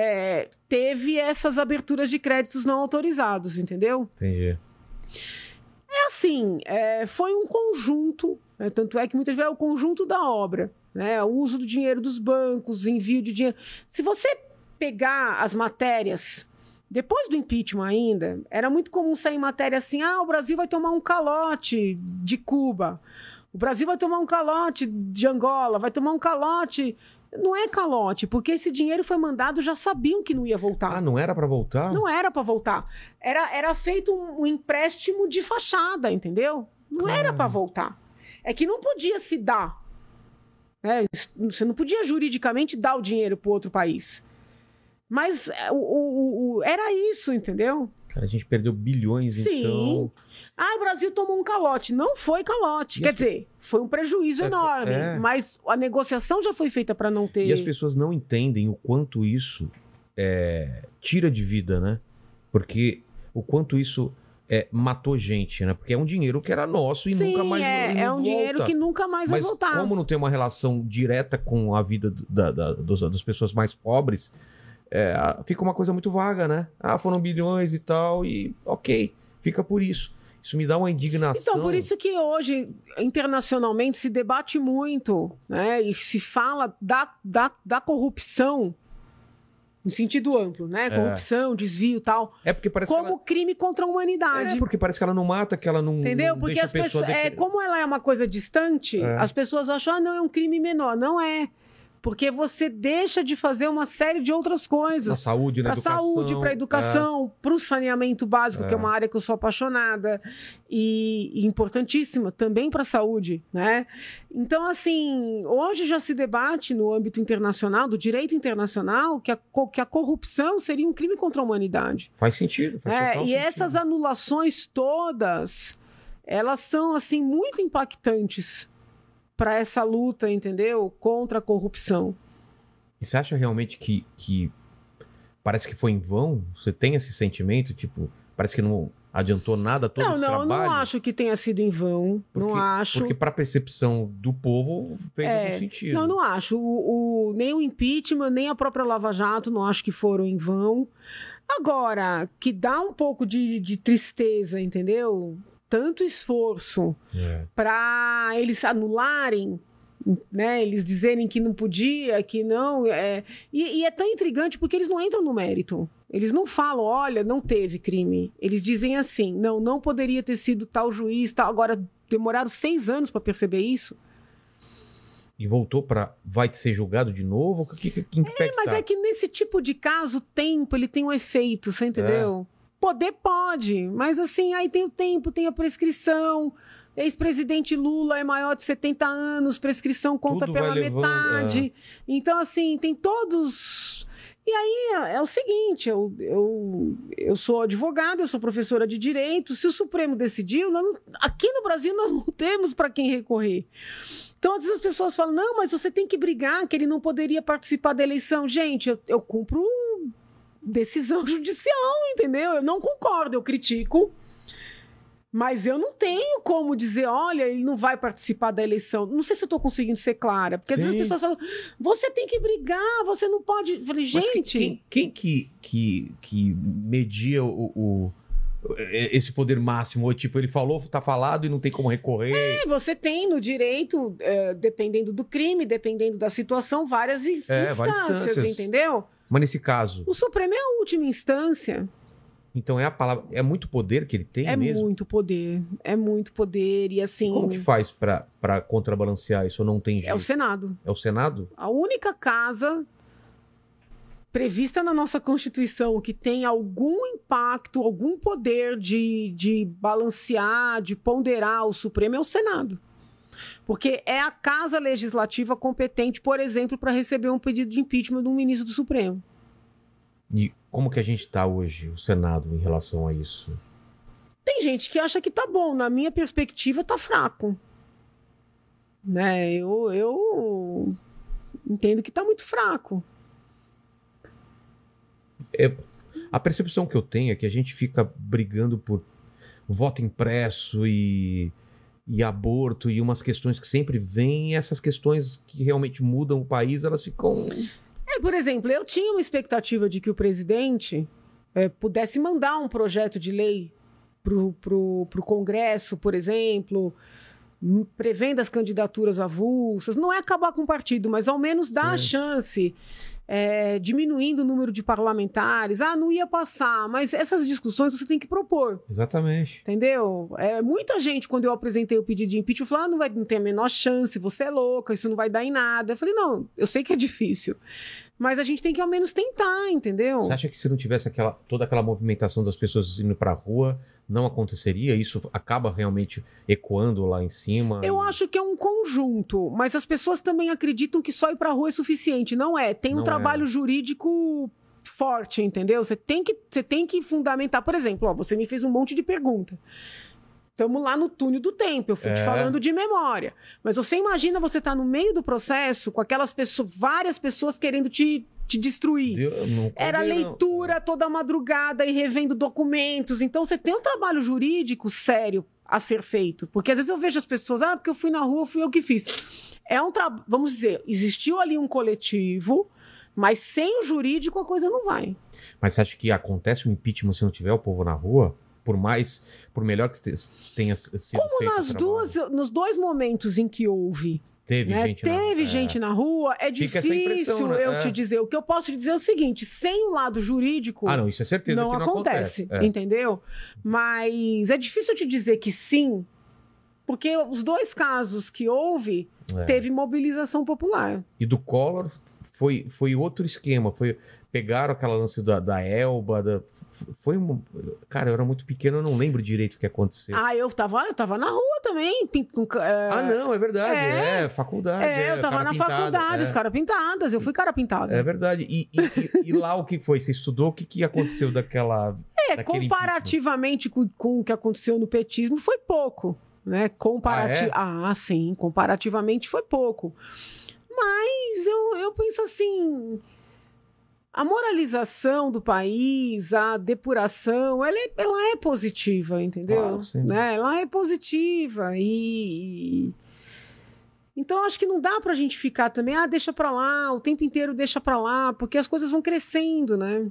teve essas aberturas de créditos não autorizados, entendeu? Entendi. É assim, foi um conjunto, tanto é que muitas vezes é o conjunto da obra, né? O uso do dinheiro dos bancos, envio de dinheiro. Se você pegar as matérias... Depois do impeachment ainda, era muito comum sair matéria assim, o Brasil vai tomar um calote de Cuba, o Brasil vai tomar um calote de Angola, vai tomar um calote... Não é calote, porque esse dinheiro foi mandado, já sabiam que não ia voltar. Não era para voltar? Não era para voltar. Era feito um empréstimo de fachada, entendeu? Não era para voltar. É que não podia se dar. Você não podia juridicamente dar o dinheiro para outro país. Mas era isso, entendeu? Cara, a gente perdeu bilhões, Sim. Então... O Brasil tomou um calote. Não foi calote. Quer dizer, foi um prejuízo enorme. Mas a negociação já foi feita para não ter... E as pessoas não entendem o quanto isso tira de vida, né? Porque o quanto isso matou gente, né? Porque é um dinheiro que era nosso e nunca mais é um dinheiro que nunca mais vai voltar. Mas como não tem uma relação direta com a vida das pessoas mais pobres... fica uma coisa muito vaga, né? Foram bilhões e tal, e ok, fica por isso. Isso me dá uma indignação. Então, por isso que hoje, internacionalmente, se debate muito, né? E se fala da corrupção, em sentido amplo, né? Corrupção, desvio e tal. Porque parece como crime contra a humanidade. Porque parece que ela não mata, que ela não... Entendeu? Porque as pessoas... como ela é uma coisa distante, as pessoas acham, não, é um crime menor. Não é. Porque você deixa de fazer uma série de outras coisas. Na saúde, na educação. Para saúde, para educação, para o saneamento básico, que é uma área que eu sou apaixonada. E importantíssima também para a saúde, né? Então, assim, hoje já se debate no âmbito internacional, do direito internacional, que a corrupção seria um crime contra a humanidade. Faz sentido. Faz total sentido. Essas anulações todas... elas são, assim, muito impactantes para essa luta, entendeu? Contra a corrupção. E você acha realmente que parece que foi em vão? Você tem esse sentimento? Tipo, parece que não adiantou nada todo esse trabalho? Não acho que tenha sido em vão. Não acho. Porque para a percepção do povo fez algum sentido. Não acho. Nem o impeachment, nem a própria Lava Jato, não acho que foram em vão. Agora, que dá um pouco de tristeza, entendeu? Tanto esforço para eles anularem, né? Eles dizerem que não podia, que não. E é tão intrigante porque eles não entram no mérito. Eles não falam, olha, não teve crime. Eles dizem assim, não poderia ter sido tal juiz, tal. Agora, demoraram 6 anos para perceber isso. E voltou para... Vai ser julgado de novo? Mas é que nesse tipo de caso, o tempo, ele tem um efeito, você entendeu? Poder pode, mas assim, aí tem o tempo, tem a prescrição. Ex-presidente Lula é maior de 70 anos, prescrição conta Tudo pela vai levando, metade. Então, assim, tem todos... E aí é o seguinte, eu sou advogada, eu sou professora de direito, se o Supremo decidiu, aqui no Brasil nós não temos para quem recorrer. Então, às vezes as pessoas falam, não, mas você tem que brigar, que ele não poderia participar da eleição. Gente, eu cumpro decisão judicial, entendeu? Eu não concordo, eu critico, mas eu não tenho como dizer, olha, ele não vai participar da eleição. Não sei se eu estou conseguindo ser clara, porque às vezes as pessoas falam, você tem que brigar, você não pode... Eu falei, gente... Quem que media esse poder máximo? Ou, tipo, ele falou, tá falado e não tem como recorrer? Você tem no direito, dependendo do crime, dependendo da situação, várias instâncias, entendeu? Mas nesse caso... O Supremo é a última instância. Então é muito poder que ele tem mesmo? É muito poder e assim... Como que faz pra contrabalancear isso? Ou não tem jeito? É o Senado. É o Senado? A única casa prevista na nossa Constituição que tem algum impacto, algum poder de balancear, de ponderar o Supremo é o Senado. Porque é a casa legislativa competente, por exemplo, para receber um pedido de impeachment de um ministro do Supremo. E como que a gente está hoje, o Senado, em relação a isso? Tem gente que acha que tá bom. Na minha perspectiva, tá fraco. Né? Eu entendo que tá muito fraco. A percepção que eu tenho é que a gente fica brigando por voto impresso e aborto e umas questões que sempre vêm, e essas questões que realmente mudam o país, elas ficam... Por exemplo, eu tinha uma expectativa de que o presidente pudesse mandar um projeto de lei pro Congresso, por exemplo, prevendo as candidaturas avulsas. Não é acabar com o partido, mas ao menos dar a chance, diminuindo o número de parlamentares. Não ia passar, mas essas discussões você tem que propor. Exatamente. Entendeu? Muita gente, quando eu apresentei o pedido de impeachment, falou, não tem a menor chance, você é louca, isso não vai dar em nada. Eu falei, não, eu sei que é difícil, mas a gente tem que ao menos tentar, entendeu? Você acha que se não tivesse toda aquela movimentação das pessoas indo pra rua, não aconteceria? Isso acaba realmente ecoando lá em cima? Eu acho que é um conjunto, mas as pessoas também acreditam que só ir pra rua é suficiente. Não é. Tem um trabalho jurídico forte, entendeu? Você tem que fundamentar. Por exemplo, você me fez um monte de pergunta. Estamos lá no túnel do tempo, eu fui te falando de memória. Mas você imagina você estar no meio do processo com aquelas pessoas, várias pessoas querendo te destruir. Era leitura toda madrugada e revendo documentos. Então você tem um trabalho jurídico sério a ser feito. Porque às vezes eu vejo as pessoas, porque eu fui na rua, fui eu que fiz. Vamos dizer, existiu ali um coletivo, mas sem o jurídico a coisa não vai. Mas você acha que acontece um impeachment se não tiver o povo na rua? Por melhor que tenha sido feito nos dois momentos em que houve, teve gente na rua, é difícil eu te dizer. O que eu posso te dizer é o seguinte, sem o lado jurídico... não, isso é certeza não que não acontece. Entendeu? Mas é difícil eu te dizer que sim, porque os dois casos que houve, teve mobilização popular. E do Collor foi outro esquema, pegaram aquela lance da Elba, cara, eu era muito pequeno, eu não lembro direito o que aconteceu. Eu tava na rua também. Não, é verdade, faculdade. Eu tava na faculdade, os caras pintadas, eu fui cara pintada. É verdade. E lá o que foi? Você estudou? O que aconteceu daquela... daquele comparativamente com o que aconteceu no petismo, foi pouco. Né? Sim, comparativamente foi pouco. Mas eu penso assim, a moralização do país, a depuração, ela é positiva, entendeu? Claro, sim. Né? Ela é positiva então acho que não dá pra gente ficar também, deixa pra lá, o tempo inteiro deixa pra lá, porque as coisas vão crescendo, né?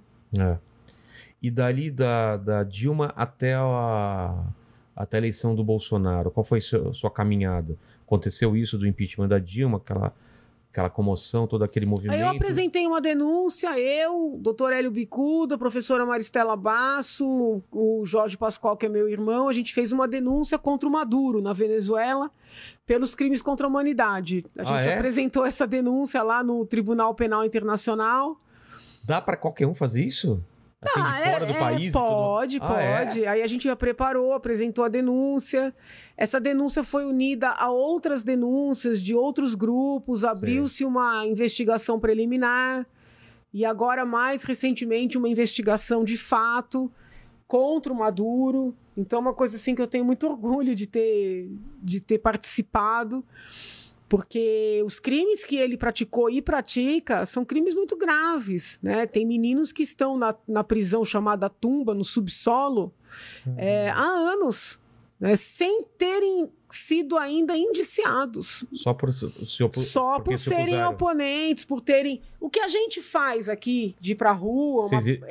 E dali da Dilma até a eleição do Bolsonaro, qual foi a sua caminhada? Aconteceu isso do impeachment da Dilma, aquela comoção, todo aquele movimento? Aí eu apresentei uma denúncia, o doutor Hélio Bicuda, a professora Maristela Basso, o Jorge Pascoal, que é meu irmão, a gente fez uma denúncia contra o Maduro, na Venezuela, pelos crimes contra a humanidade. A gente apresentou essa denúncia lá no Tribunal Penal Internacional. Dá para qualquer um fazer isso? Assim, de fora do país? Pode. Aí a gente preparou, apresentou a denúncia. Essa denúncia foi unida a outras denúncias de outros grupos, abriu-se uma investigação preliminar e agora, mais recentemente, uma investigação de fato contra o Maduro. Então, uma coisa assim que eu tenho muito orgulho de ter participado, porque os crimes que ele praticou e pratica são crimes muito graves, né? Tem meninos que estão na prisão chamada Tumba, no subsolo, há anos, né? Sem terem sido ainda indiciados. Só por serem oponentes, por terem... O que a gente faz aqui, de ir pra rua...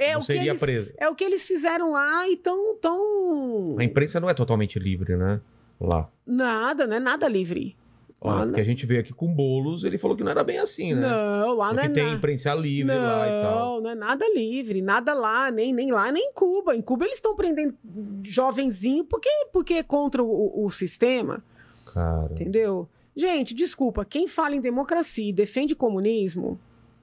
É o que eles fizeram lá e tão... A imprensa não é totalmente livre, né? Lá. Nada, não é nada livre. Porque a gente veio aqui com Boulos, ele falou que não era bem assim, né? Não, lá não é nada. Tem imprensa livre lá e tal. Não é nada livre, nada lá, nem lá, nem em Cuba. Em Cuba eles estão prendendo jovenzinho porque é contra o sistema. Cara. Entendeu? Gente, desculpa, quem fala em democracia e defende comunismo...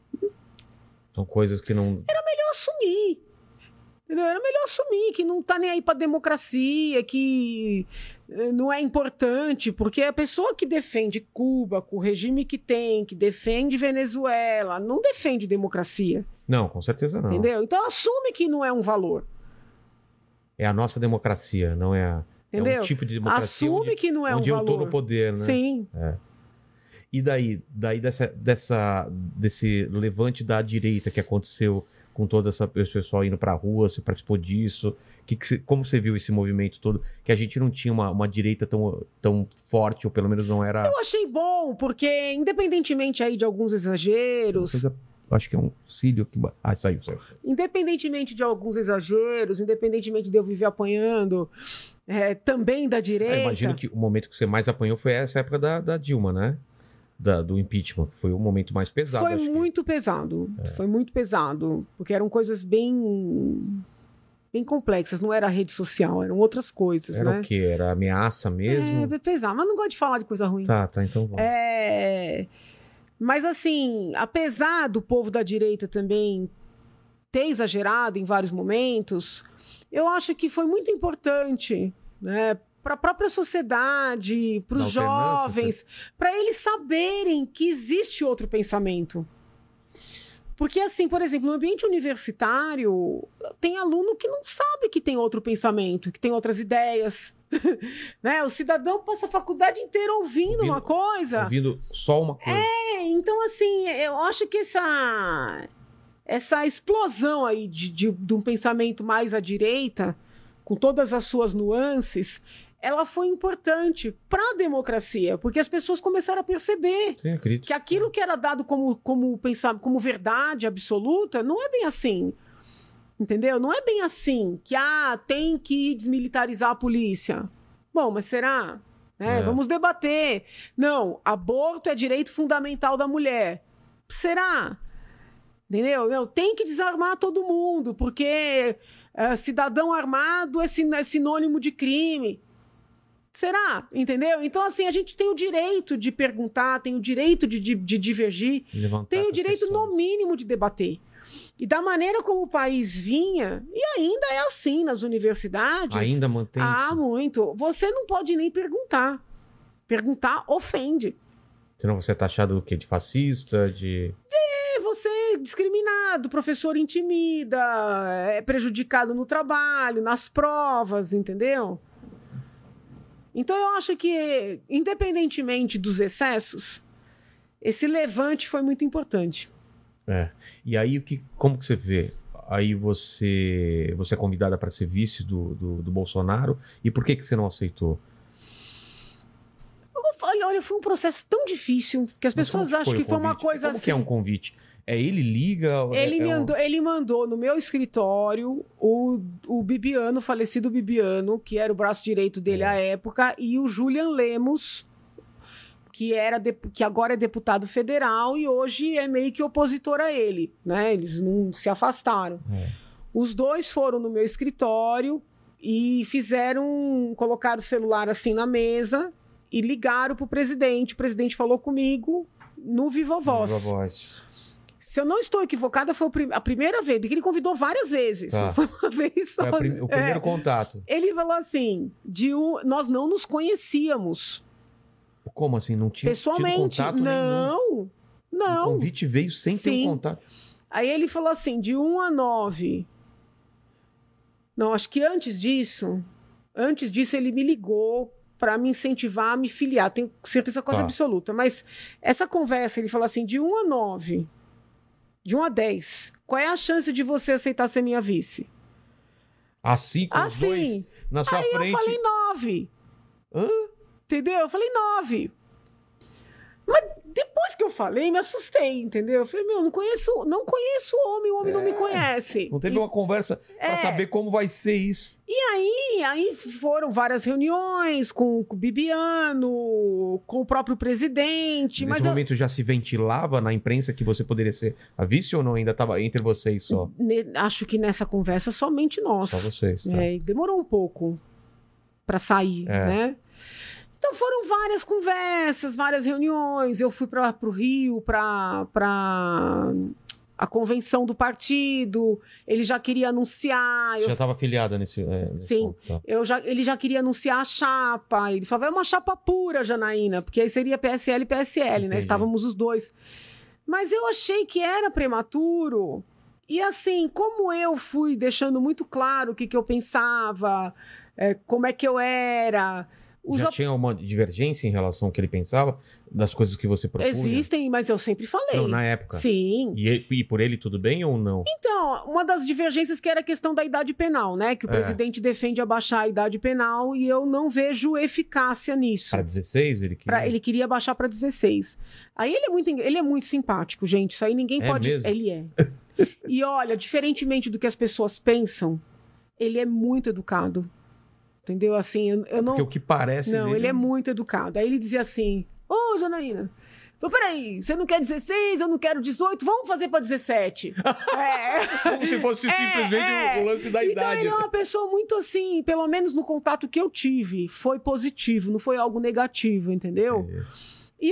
São coisas que não... Era melhor assumir. Entendeu? Era melhor assumir que não tá nem aí pra democracia, que não é importante, porque a pessoa que defende Cuba, com o regime que tem, que defende Venezuela, não defende democracia. Não, com certeza não. Entendeu? Então assume que não é um valor. É a nossa democracia, não é Entendeu? É um tipo de democracia assume que não é um valor. Onde eu tô no poder, né? Sim. E daí desse levante da direita que aconteceu com todo esse pessoal indo pra rua, você participou disso? Como você viu esse movimento todo? Que a gente não tinha uma direita tão forte, ou pelo menos não era... Eu achei bom, porque independentemente aí de alguns exageros... Acho que é um cílio que... saiu. Independentemente de alguns exageros, independentemente de eu viver apanhando, também da direita... Eu imagino que o momento que você mais apanhou foi essa época da Dilma, né? Do impeachment, que foi o momento mais pesado. Foi muito pesado. Foi muito pesado. Porque eram coisas bem complexas. Não era rede social, eram outras coisas, era né? O quê? Era ameaça mesmo? Pesado. Mas não gosto de falar de coisa ruim. Tá, então vamos. Mas assim, apesar do povo da direita também ter exagerado em vários momentos, eu acho que foi muito importante, né? Para a própria sociedade, para os jovens, para eles saberem que existe outro pensamento. Porque, assim, por exemplo, no ambiente universitário, tem aluno que não sabe que tem outro pensamento, que tem outras ideias. Né? O cidadão passa a faculdade inteira ouvindo uma coisa. Ouvindo só uma coisa. Então, assim, eu acho que essa explosão aí de um pensamento mais à direita, com todas as suas nuances, ela foi importante para a democracia, porque as pessoas começaram a perceber que aquilo que era dado como verdade absoluta não é bem assim. Entendeu? Não é bem assim que tem que desmilitarizar a polícia. Bom, mas será? Vamos debater. Não, aborto é direito fundamental da mulher. Será? Entendeu? Não, tem que desarmar todo mundo, porque cidadão armado é sinônimo de crime. Será? Entendeu? Então, assim, a gente tem o direito de perguntar, tem o direito de divergir, tem o direito, no mínimo, de debater. E da maneira como o país vinha, e ainda é assim nas universidades... Ainda mantém isso? Muito. Você não pode nem perguntar. Perguntar ofende. Senão você é taxado do quê? De fascista? discriminado, o professor intimida, é prejudicado no trabalho, nas provas, entendeu? Então eu acho que, independentemente dos excessos, esse levante foi muito importante. E aí, como que você vê? Aí você é convidada para ser vice do Bolsonaro, e por que você não aceitou? Olha, foi um processo tão difícil que as pessoas acham que foi uma coisa como assim. Que é um convite? Ele liga? Ele mandou no meu escritório o Bibiano, o falecido Bibiano, que era o braço direito dele à época, e o Julian Lemos, que agora é deputado federal e hoje é meio que opositor a ele, né? Eles não se afastaram. Os dois foram no meu escritório e colocaram o celular assim na mesa e ligaram pro presidente. O presidente falou comigo no Viva Voz. Se eu não estou equivocada, foi a primeira vez, porque ele convidou várias vezes. Não foi uma vez só. Foi o primeiro contato. Ele falou assim, nós não nos conhecíamos. Como assim? Não tinha pessoalmente, tido contato nenhum? Não. O convite veio sem ter um contato. Aí ele falou assim, de 1 a 9. Não, acho que antes disso ele me ligou para me incentivar a me filiar. Tenho certeza quase absoluta. Mas essa conversa, ele falou assim, de 1 a 9, de 1 a 10, qual é a chance de você aceitar ser minha vice? Assim, com os dois na sua frente? Aí eu falei 9. Hã? Entendeu? Eu falei 9. Mas depois que eu falei, me assustei, entendeu? Eu falei, não conheço o homem não me conhece. Não teve uma conversa para saber como vai ser isso. E aí foram várias reuniões com o Bibiano, com o próprio presidente. Nesse momento já se ventilava na imprensa que você poderia ser a vice ou não? Ainda estava entre vocês só? Acho que nessa conversa somente nós. Só vocês. Tá. Demorou um pouco para sair, né? Então foram várias conversas, várias reuniões. Eu fui para o Rio para a convenção do partido. Ele já queria anunciar. Você já estava afiliada nesse Sim. Ponto, tá. Ele já queria anunciar a chapa. Ele falava, é uma chapa pura, Janaína, porque aí seria PSL e PSL, né? Estávamos os dois. Mas eu achei que era prematuro. E assim, como eu fui deixando muito claro o que eu pensava, como é que eu era... Já tinha uma divergência em relação ao que ele pensava, das coisas que você propunha? Existem, mas eu sempre falei. Não, na época? Sim. E por ele tudo bem ou não? Então, uma das divergências que era a questão da idade penal, né? Que o presidente defende abaixar a idade penal e eu não vejo eficácia nisso. Para 16 ele queria? Ele queria baixar para 16. Aí ele é muito simpático, gente. Isso aí ninguém pode... Mesmo? Ele é. E olha, diferentemente do que as pessoas pensam, ele é muito educado. Entendeu? Assim, eu não... Porque o que parece Não, dele... ele é muito educado. Aí ele dizia assim, ô, Janaína, peraí, você não quer 16, eu não quero 18, vamos fazer pra 17. Como se fosse simplesmente o lance da idade. Então ele é uma pessoa muito assim, pelo menos no contato que eu tive, foi positivo, não foi algo negativo, entendeu? E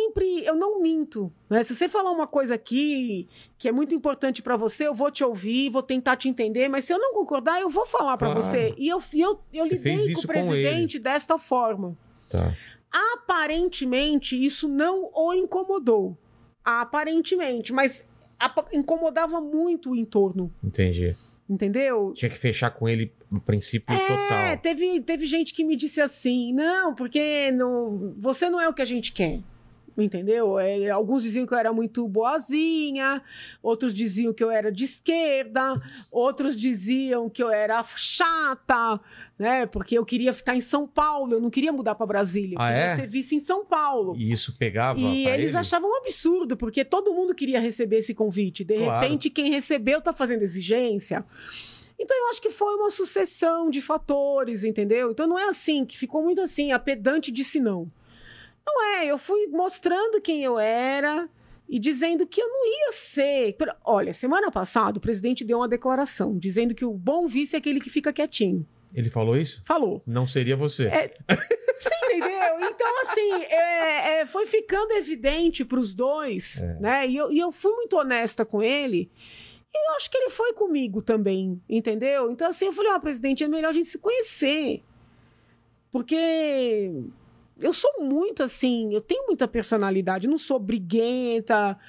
eu não minto, né? Se você falar uma coisa aqui que é muito importante pra você, eu vou te ouvir, vou tentar te entender, mas se eu não concordar, eu vou falar pra você. E eu lidei com o presidente desta forma. Tá. Aparentemente, isso não o incomodou. Aparentemente, mas incomodava muito o entorno. Entendi. Entendeu? Tinha que fechar com ele no princípio total. Teve gente que me disse assim, não, porque você não é o que a gente quer. Entendeu? Alguns diziam que eu era muito boazinha, outros diziam que eu era de esquerda, outros diziam que eu era chata, né? Porque eu queria ficar em São Paulo, eu não queria mudar para Brasília, eu queria ser vice em São Paulo. E isso pegava E pra eles ele? achavam um absurdo, porque todo mundo queria receber esse convite. De repente, quem recebeu tá fazendo exigência. Então, eu acho que foi uma sucessão de fatores, entendeu? Então, não é assim, que ficou muito assim, a pedante disse não. Não eu fui mostrando quem eu era e dizendo que eu não ia ser... Olha, semana passada o presidente deu uma declaração dizendo que o bom vice é aquele que fica quietinho. Ele falou isso? Falou. Não seria você. Você entendeu? Então, assim, foi ficando evidente para os dois, né? E eu fui muito honesta com ele. E eu acho que ele foi comigo também, entendeu? Então, assim, eu falei, presidente, é melhor a gente se conhecer. Porque... eu sou muito assim, eu tenho muita personalidade, não sou briguenta,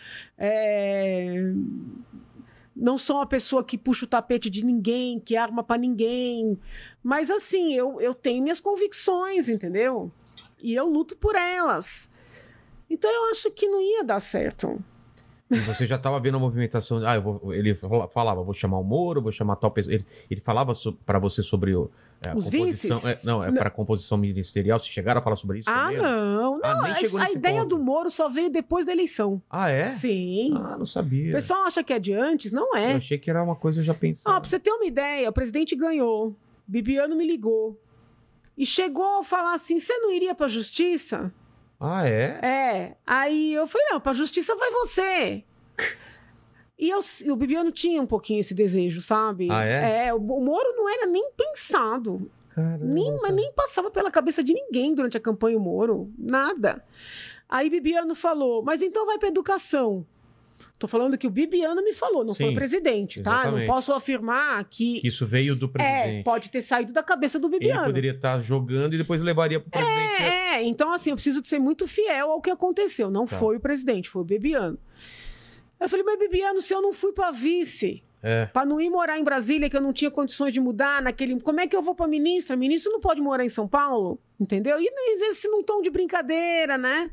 não sou uma pessoa que puxa o tapete de ninguém, que arma pra ninguém, mas assim, eu tenho minhas convicções, entendeu? E eu luto por elas. Então eu acho que não ia dar certo. E você já estava vendo a movimentação. Ele falava, vou chamar o Moro, vou chamar tal pessoa. Ele falava para você sobre a Os composição. vices? Para a composição ministerial. Vocês chegaram a falar sobre isso? Ah, mesmo? não. Nem chegou A nesse ideia ponto. do Moro só veio depois da eleição. Ah, é? Sim. Ah, não sabia. O pessoal acha que é de antes, não Eu é. achei que era uma coisa já pensada. Pra você ter uma ideia, o presidente ganhou, Bibiano me ligou e chegou a falar assim, você não iria pra justiça? Ah, é? Aí eu falei, não, pra justiça vai você. E o Bibiano tinha um pouquinho esse desejo, sabe? Ah, é? O Moro não era nem pensado. Caramba, Mas nem passava pela cabeça de ninguém durante a campanha o Moro. Nada. Aí Bibiano falou, mas então vai pra educação. Tô falando que o Bibiano me falou, não foi Sim, o presidente, tá? exatamente. Não posso afirmar que... Que isso veio do presidente. pode ter saído da cabeça do Ele Bibiano. poderia estar jogando e depois levaria pro presidente. Então assim, eu preciso de ser muito fiel ao que aconteceu. Não Tá. foi o presidente, foi o Bibiano. Eu falei, mas Bibiano, se eu não fui pra vice, pra não ir morar em Brasília, que eu não tinha condições de mudar como é que eu vou pra ministra? Ministro não pode morar em São Paulo, entendeu? E às vezes num tom de brincadeira, né?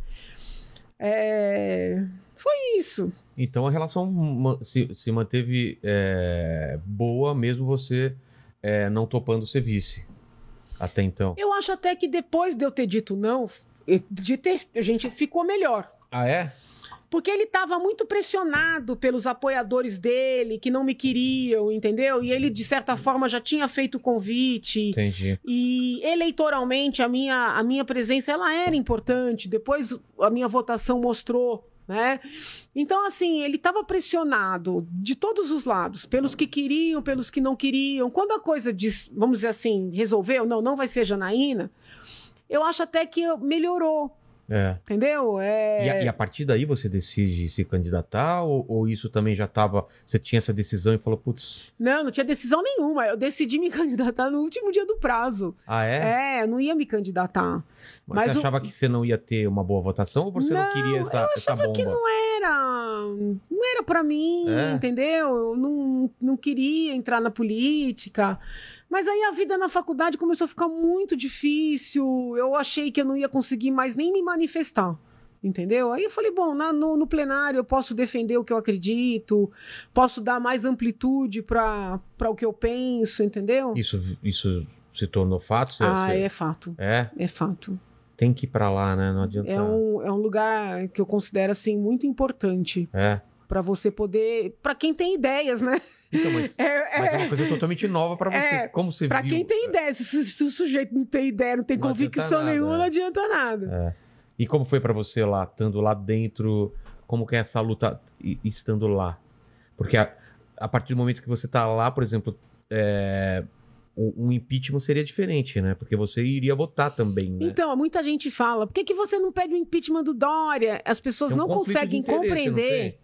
Foi isso. Então a relação se manteve boa, mesmo você não topando ser vice. Até então. Eu acho até que depois de eu ter dito não, a gente ficou melhor. Ah, é? Porque ele estava muito pressionado pelos apoiadores dele, que não me queriam, entendeu? E ele, de certa forma, já tinha feito o convite. Entendi. E eleitoralmente, a minha presença ela era importante. Depois, a minha votação mostrou, né? Então, assim, ele estava pressionado de todos os lados, pelos que queriam, pelos que não queriam. Quando a coisa, vamos dizer assim, resolveu, não vai ser Janaína, eu acho até que melhorou. Entendeu? E a partir daí você decide se candidatar ou isso também já estava... Você tinha essa decisão e falou, putz... Não tinha decisão nenhuma. Eu decidi me candidatar no último dia do prazo. Ah, é? Eu não ia me candidatar. Mas você achava que você não ia ter uma boa votação ou você não queria essa bomba? Eu achava que não era pra mim, entendeu? Eu não queria entrar na política. Mas aí a vida na faculdade começou a ficar muito difícil. Eu achei que eu não ia conseguir mais nem me manifestar. Entendeu? Aí eu falei, bom, no plenário eu posso defender o que eu acredito, posso dar mais amplitude para o que eu penso, entendeu? Isso se tornou fato? É fato. É fato. Tem que ir pra lá, né? Não adianta. É um lugar que eu considero, assim, muito importante. Para você poder... Para quem tem ideias, né? Então, mas é uma coisa totalmente nova para você. Como você pra viu? Quem tem ideia. Se o sujeito não tem ideia, não tem convicção nenhuma, não adianta nada. E como foi para você lá, estando lá dentro? Como que é essa luta estando lá? Porque a partir do momento que você tá lá, por exemplo, um impeachment seria diferente, né? Porque você iria votar também, né? Então, muita gente fala, por que você não pede o impeachment do Dória? As pessoas não conseguem compreender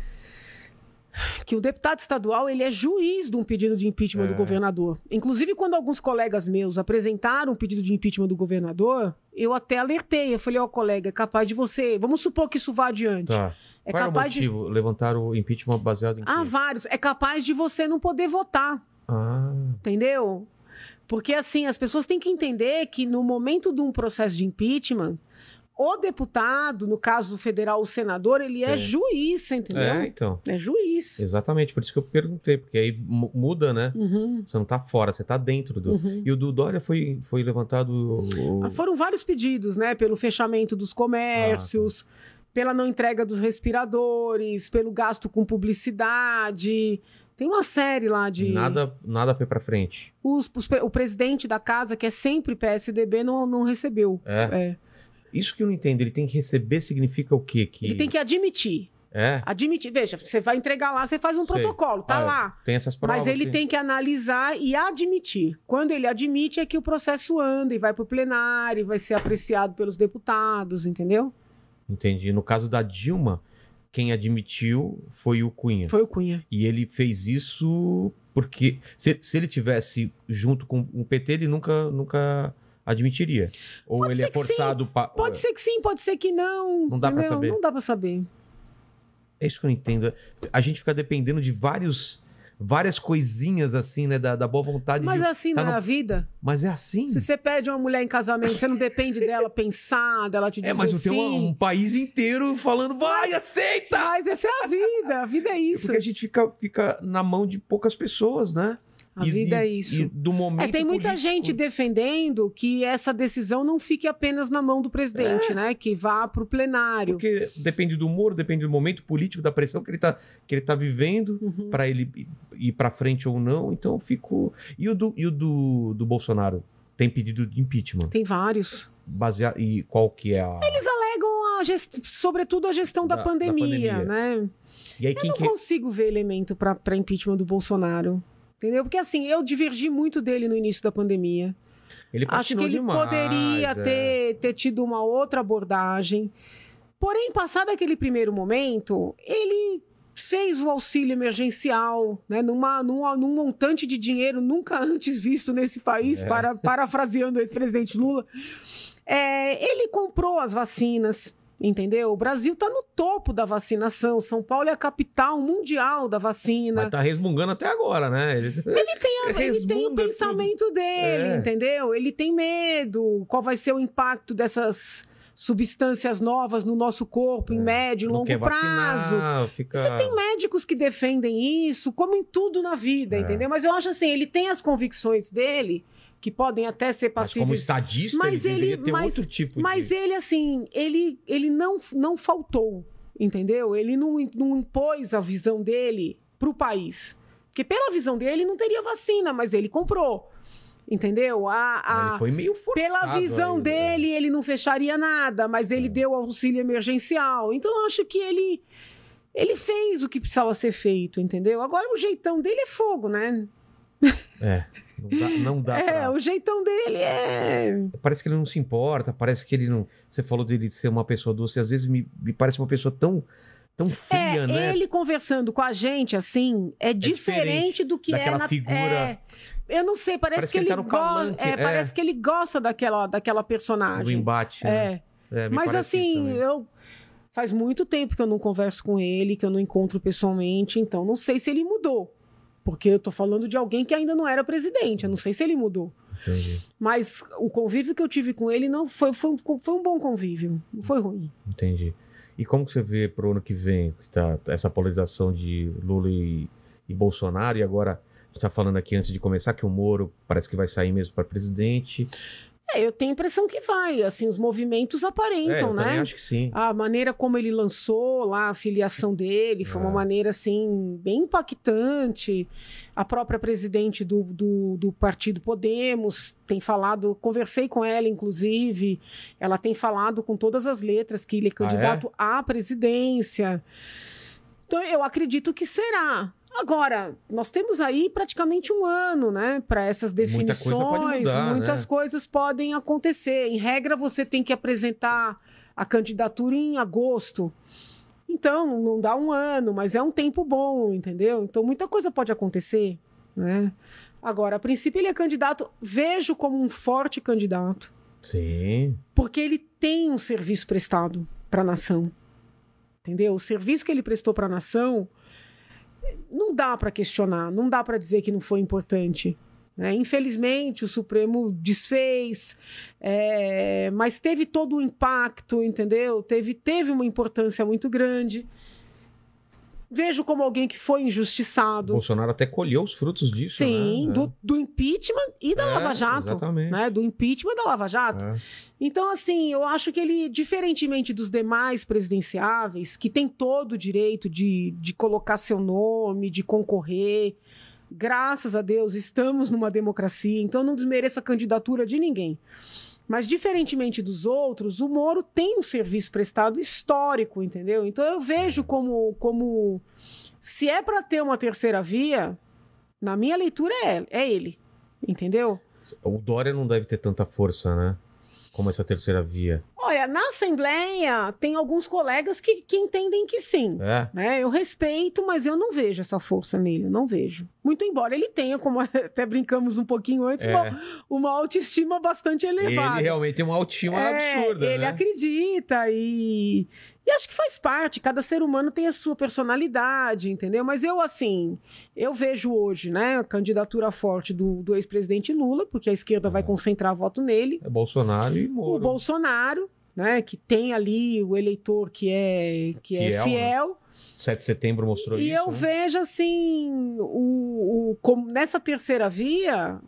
que o deputado estadual ele é juiz de um pedido de impeachment do governador. Inclusive, quando alguns colegas meus apresentaram um pedido de impeachment do governador, eu até alertei. Eu falei, colega, é capaz de você... Vamos supor que isso vá adiante. Tá. Qual era o motivo? Levantaram o impeachment baseado em quê? Vários. É capaz de você não poder votar. Entendeu? Porque, assim, as pessoas têm que entender que no momento de um processo de impeachment... O deputado, no caso do federal, o senador, ele é juiz, entendeu? Então. É juiz. Exatamente, por isso que eu perguntei, porque aí muda, né? Você não tá fora, você tá dentro do... E o do Dória foi levantado... Foram vários pedidos, né? Pelo fechamento dos comércios, pela não entrega dos respiradores, pelo gasto com publicidade... Tem uma série lá de... Nada foi pra frente. O presidente da casa, que é sempre PSDB, não recebeu. Isso que eu não entendo, ele tem que receber significa o quê? Ele tem que admitir. Admitir. Veja, você vai entregar lá, você faz um protocolo, tá lá. Tem essas provas. Mas ele tem que analisar e admitir. Quando ele admite é que o processo anda e vai pro plenário, vai ser apreciado pelos deputados, entendeu? Entendi. No caso da Dilma, quem admitiu foi o Cunha. Foi o Cunha. E ele fez isso porque se ele tivesse junto com o PT, ele nunca admitiria. Ou Pode ele ser é que sim. forçado... Pode ser que sim, pode ser que não. Não dá pra entendeu? saber. Não dá pra saber. É isso que eu não entendo. A gente fica dependendo de várias coisinhas, assim, né? Da boa vontade. Mas de, é assim, tá não é no- a vida? Mas é assim. Se você pede uma mulher em casamento, você não depende dela pensar, dela te dizer Mas não tem sim. um país inteiro falando, vai, aceita! Mas essa é a vida é isso. Porque a gente fica na mão de poucas pessoas, né? A vida é isso. E do momento Tem muita político. gente defendendo que essa decisão não fique apenas na mão do presidente, né? Que vá para o plenário. Porque depende do humor, depende do momento político, da pressão que ele tá vivendo, Uhum. pra ele ir pra frente ou não. Então eu fico... E o do Bolsonaro? Tem pedido de impeachment. Tem vários. Baseado... E qual que é a... Eles alegam, sobretudo, a gestão da pandemia, né? E aí Eu quem não que... consigo ver elemento para impeachment do Bolsonaro. Entendeu? Porque assim, eu divergi muito dele no início da pandemia. Ele Acho que patinou ele demais, poderia ter tido uma outra abordagem. Porém, passado aquele primeiro momento, ele fez o auxílio emergencial, né, num montante de dinheiro nunca antes visto nesse país, parafraseando o ex-presidente Lula. Ele comprou as vacinas. Entendeu? O Brasil está no topo da vacinação. São Paulo é a capital mundial da vacina. Mas tá resmungando até agora, né? Ele Ele tem o pensamento dele, entendeu? Ele tem medo. Qual vai ser o impacto dessas substâncias novas no nosso corpo, em médio e Não longo quer prazo? vacinar, fica... Você tem médicos que defendem isso, como em tudo na vida, entendeu? Mas eu acho assim, ele tem as convicções dele, que podem até ser Mas como passíveis... estadista, Mas ele deveria ter outro tipo Mas de... ele, assim, ele não faltou, entendeu? Ele não impôs a visão dele pro país. Porque pela visão dele, não teria vacina, mas ele comprou. Entendeu? Ele foi meio forçado. Pela visão ainda, dele, ele não fecharia nada, mas ele deu auxílio emergencial. Então, eu acho que ele fez o que precisava ser feito, entendeu? Agora, o jeitão dele é fogo, né? Não dá pra... O jeitão dele é... Parece que ele não se importa, parece que ele não... Você falou dele ser uma pessoa doce, às vezes me parece uma pessoa tão fria, né? Ele conversando com a gente, assim, é diferente do que daquela figura... eu não sei, parece que ele tá no calanque, parece que ele gosta daquela personagem. Do embate, né? Me Mas parece isso assim, também. faz muito tempo que eu não converso com ele, que eu não encontro pessoalmente, então não sei se ele mudou. Porque eu tô falando de alguém que ainda não era presidente, eu não sei se ele mudou. Entendi. Mas o convívio que eu tive com ele não foi um bom convívio, não foi ruim. Entendi. E como que você vê pro ano que vem, que tá essa polarização de Lula e Bolsonaro, e agora a gente tá falando aqui antes de começar que o Moro parece que vai sair mesmo para presidente. Eu tenho a impressão que vai, assim, os movimentos aparentam, eu né? também acho que sim. A maneira como ele lançou lá a filiação dele foi uma maneira, assim, bem impactante. A própria presidente do partido Podemos tem falado, conversei com ela, inclusive, ela tem falado com todas as letras que ele é candidato à presidência. Então, eu acredito que será. Agora, nós temos aí praticamente um ano, né, para essas definições. Muita coisa pode mudar, muitas né? coisas podem acontecer. Em regra, você tem que apresentar a candidatura em agosto. Então, não dá um ano, mas é um tempo bom, entendeu? Então, muita coisa pode acontecer, né? Agora, a princípio, ele é candidato, vejo como um forte candidato, Sim. porque ele tem um serviço prestado para a nação, entendeu? O serviço que ele prestou para a nação não dá para questionar, não dá para dizer que não foi importante, né? Infelizmente, o Supremo desfez, mas teve todo o impacto, entendeu? Teve uma importância muito grande. Vejo como alguém que foi injustiçado. Bolsonaro até colheu os frutos disso, Sim, né? do impeachment e da Lava Jato. Exatamente. Né? Do impeachment e da Lava Jato. Então, assim, eu acho que ele, diferentemente dos demais presidenciáveis, que tem todo o direito de colocar seu nome, de concorrer, graças a Deus, estamos numa democracia, então não desmereça a candidatura de ninguém. Mas, diferentemente dos outros, o Moro tem um serviço prestado histórico, entendeu? Então, eu vejo como se é para ter uma terceira via, na minha leitura é ele, entendeu? O Dória não deve ter tanta força, né? Como essa terceira via. Olha, na Assembleia tem alguns colegas que entendem que sim. Né? Eu respeito, mas eu não vejo essa força nele, eu não vejo. Muito embora ele tenha, como até brincamos um pouquinho antes, uma autoestima bastante elevada. Ele realmente tem uma autoestima absurda, ele acredita e acho que faz parte, cada ser humano tem a sua personalidade, entendeu? Mas eu vejo hoje, né, a candidatura forte do ex-presidente Lula, porque a esquerda vai concentrar voto nele. É Bolsonaro e Moro. O Bolsonaro, né, que tem ali o eleitor que é fiel. Né? 7 de setembro mostrou isso. E eu vejo, assim, como nessa terceira via,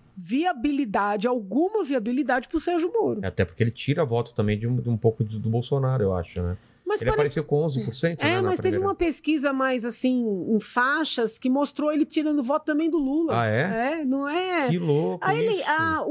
alguma viabilidade pro Sérgio Moro. Até porque ele tira voto também de um pouco do Bolsonaro, eu acho, né? Mas ele apareceu com 11%. Mas teve uma pesquisa mais, assim, em faixas, que mostrou ele tirando voto também do Lula. Ah, é? Não é? Que louco isso.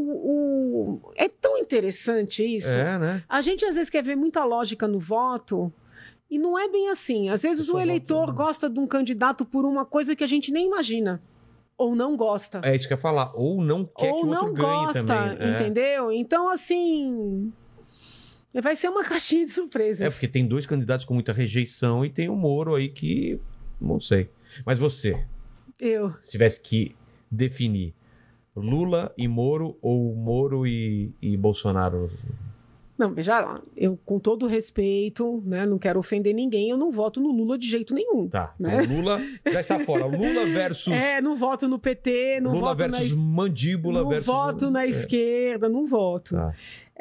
É tão interessante isso. Né? A gente, às vezes, quer ver muita lógica no voto, e não é bem assim. Às vezes o eleitor gosta de um candidato por uma coisa que a gente nem imagina. Ou não gosta. É isso que eu ia falar. Ou não quer que o outro ganhe também. Entendeu? Então, assim... vai ser uma caixinha de surpresas. Porque tem 2 candidatos com muita rejeição e tem o Moro aí que... não sei. Mas você... se tivesse que definir Lula e Moro ou Moro e Bolsonaro... Não, veja lá, eu com todo respeito, né, não quero ofender ninguém, eu não voto no Lula de jeito nenhum. Tá, né? Então Lula já está fora. Lula versus... não voto no PT, não Lula voto versus Mandíbula não versus... voto na esquerda, não voto. Tá.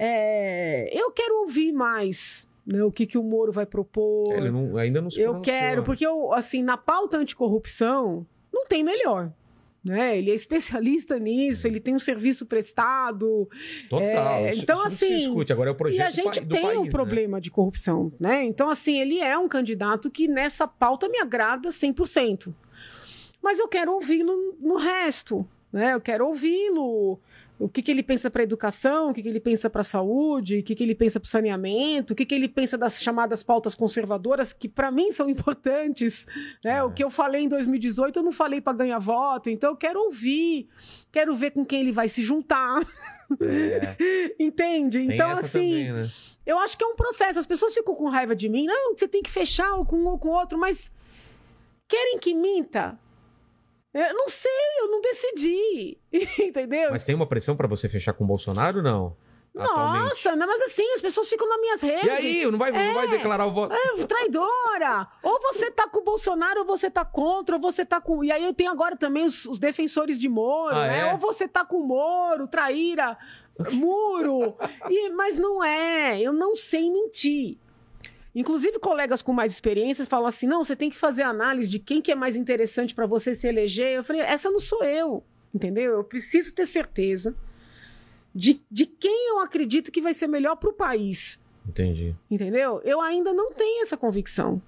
Eu quero ouvir mais, né, o que o Moro vai propor. Ele ainda não se Eu quero, porque assim, na pauta anticorrupção, não tem melhor. Né? Ele é especialista nisso, ele tem um serviço prestado. Total. Então, isso assim. se discute. Agora é o projeto e a gente do tem país, um problema de corrupção, né? Então, assim, ele é um candidato que nessa pauta me agrada 100%. Mas eu quero ouvi-lo no resto, né? Eu quero ouvi-lo. O que ele pensa para a educação, o que ele pensa para a saúde, o que ele pensa para o saneamento, o que ele pensa das chamadas pautas conservadoras, que para mim são importantes. Né? O que eu falei em 2018, eu não falei para ganhar voto, então eu quero ouvir, quero ver com quem ele vai se juntar. Entende? Tem então, essa assim, também, né? eu acho que é um processo. As pessoas ficam com raiva de mim, não, você tem que fechar com um ou com o outro, mas querem que minta? Eu não sei, eu não decidi, entendeu? Mas tem uma pressão pra você fechar com o Bolsonaro, não? Nossa, não, mas assim, as pessoas ficam nas minhas redes. E aí, não vai declarar o voto? Traidora! Ou você tá com o Bolsonaro, ou você tá contra, ou você tá com... E aí eu tenho agora também os defensores de Moro, né? Ou você tá com o Moro, traíra, muro. Mas não é, eu não sei mentir. Inclusive, colegas com mais experiências falam assim, não, você tem que fazer análise de quem que é mais interessante para você se eleger. Eu falei, essa não sou eu, entendeu? Eu preciso ter certeza de quem eu acredito que vai ser melhor para o país. Entendi. Entendeu? Eu ainda não tenho essa convicção.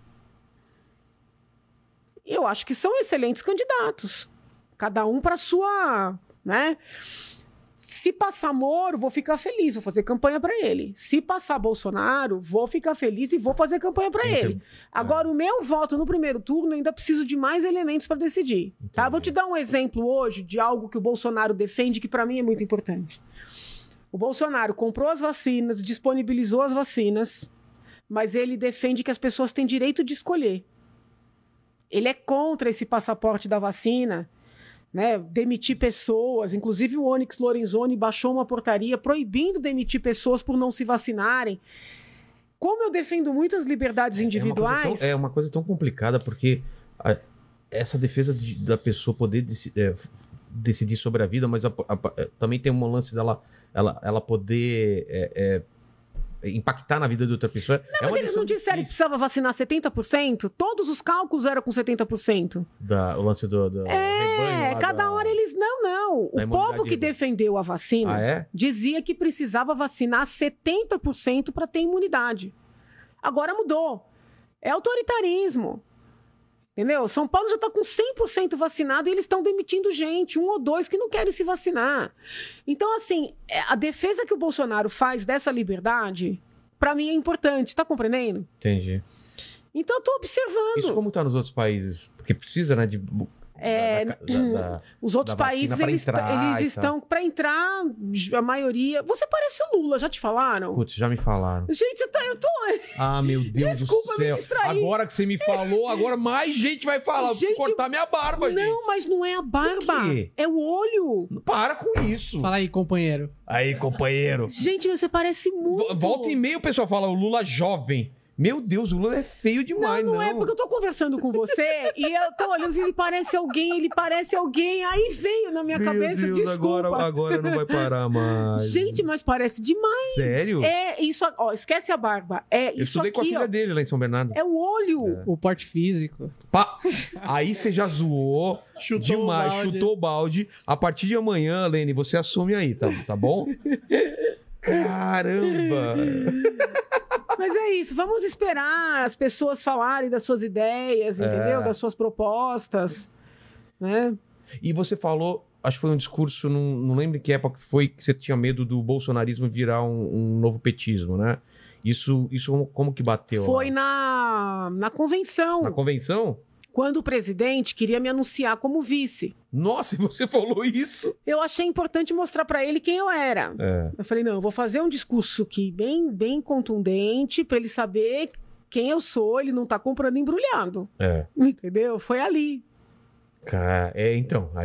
Eu acho que são excelentes candidatos. Cada um para sua, né? Se passar Moro, vou ficar feliz, vou fazer campanha para ele. Se passar Bolsonaro, vou ficar feliz e vou fazer campanha para ele. Agora, o meu voto no primeiro turno, eu ainda preciso de mais elementos para decidir. Tá? Vou te dar um exemplo hoje de algo que o Bolsonaro defende, que para mim é muito importante. O Bolsonaro comprou as vacinas, disponibilizou as vacinas, mas ele defende que as pessoas têm direito de escolher. Ele é contra esse passaporte da vacina, né, demitir pessoas. Inclusive o Onyx Lorenzoni baixou uma portaria proibindo demitir pessoas por não se vacinarem. Como eu defendo muitas liberdades individuais... É uma coisa tão complicada, porque essa defesa da pessoa poder decidir sobre a vida, mas também tem um lance dela ela poder... impactar na vida de outra pessoa. Não, mas eles não disseram que precisava vacinar 70%? Todos os cálculos eram com 70%. O lance do rebanho. Cada hora eles... Não. O povo que defendeu a vacina dizia que precisava vacinar 70% para ter imunidade. Agora mudou. É autoritarismo. Entendeu? São Paulo já está com 100% vacinado e eles estão demitindo gente, 1 ou 2 que não querem se vacinar. Então, assim, a defesa que o Bolsonaro faz dessa liberdade, para mim é importante. Tá compreendendo? Entendi. Então, eu tô observando. Isso como tá nos outros países? Porque precisa, né, Os outros da vacina países, pra eles entrar e estão para entrar, a maioria... Você parece o Lula, já te falaram? Putz, já me falaram. Gente, eu tô... Ah, meu Deus Desculpa, do me céu. distraí. Agora que você me falou, agora mais gente vai falar. Eu preciso Gente, cortar minha barba, gente. Não, mas não é a barba. Por quê? É o olho. Para com isso. Fala aí, companheiro. Aí, companheiro. Gente, você parece muito. Volta e meia o pessoal fala o Lula jovem. Meu Deus, o Lula é feio demais, não. Não é, porque eu tô conversando com você e eu tô olhando, ele parece alguém, aí veio na minha cabeça, Deus, desculpa. agora não vai parar mais. Gente, mas parece demais. Sério? É isso, ó, esquece a barba. É Eu isso estudei aqui, com a filha ó. dele lá em São Bernardo. É o olho. O porte físico. Aí você já zoou demais, chutou o balde. A partir de amanhã, Lene, você assume aí, tá bom? Caramba! Mas é isso, vamos esperar as pessoas falarem das suas ideias, entendeu? Das suas propostas, né? E você falou, acho que foi um discurso, não lembro em que época foi, que você tinha medo do bolsonarismo virar um novo petismo, né? Isso como que bateu? Foi lá? na convenção. Na convenção? Quando o presidente queria me anunciar como vice. Nossa, e você falou isso? Eu achei importante mostrar pra ele quem eu era. Eu falei, não, eu vou fazer um discurso aqui bem contundente pra ele saber quem eu sou, ele não tá comprando embrulhado. Entendeu? Foi ali. Cara, então, aí...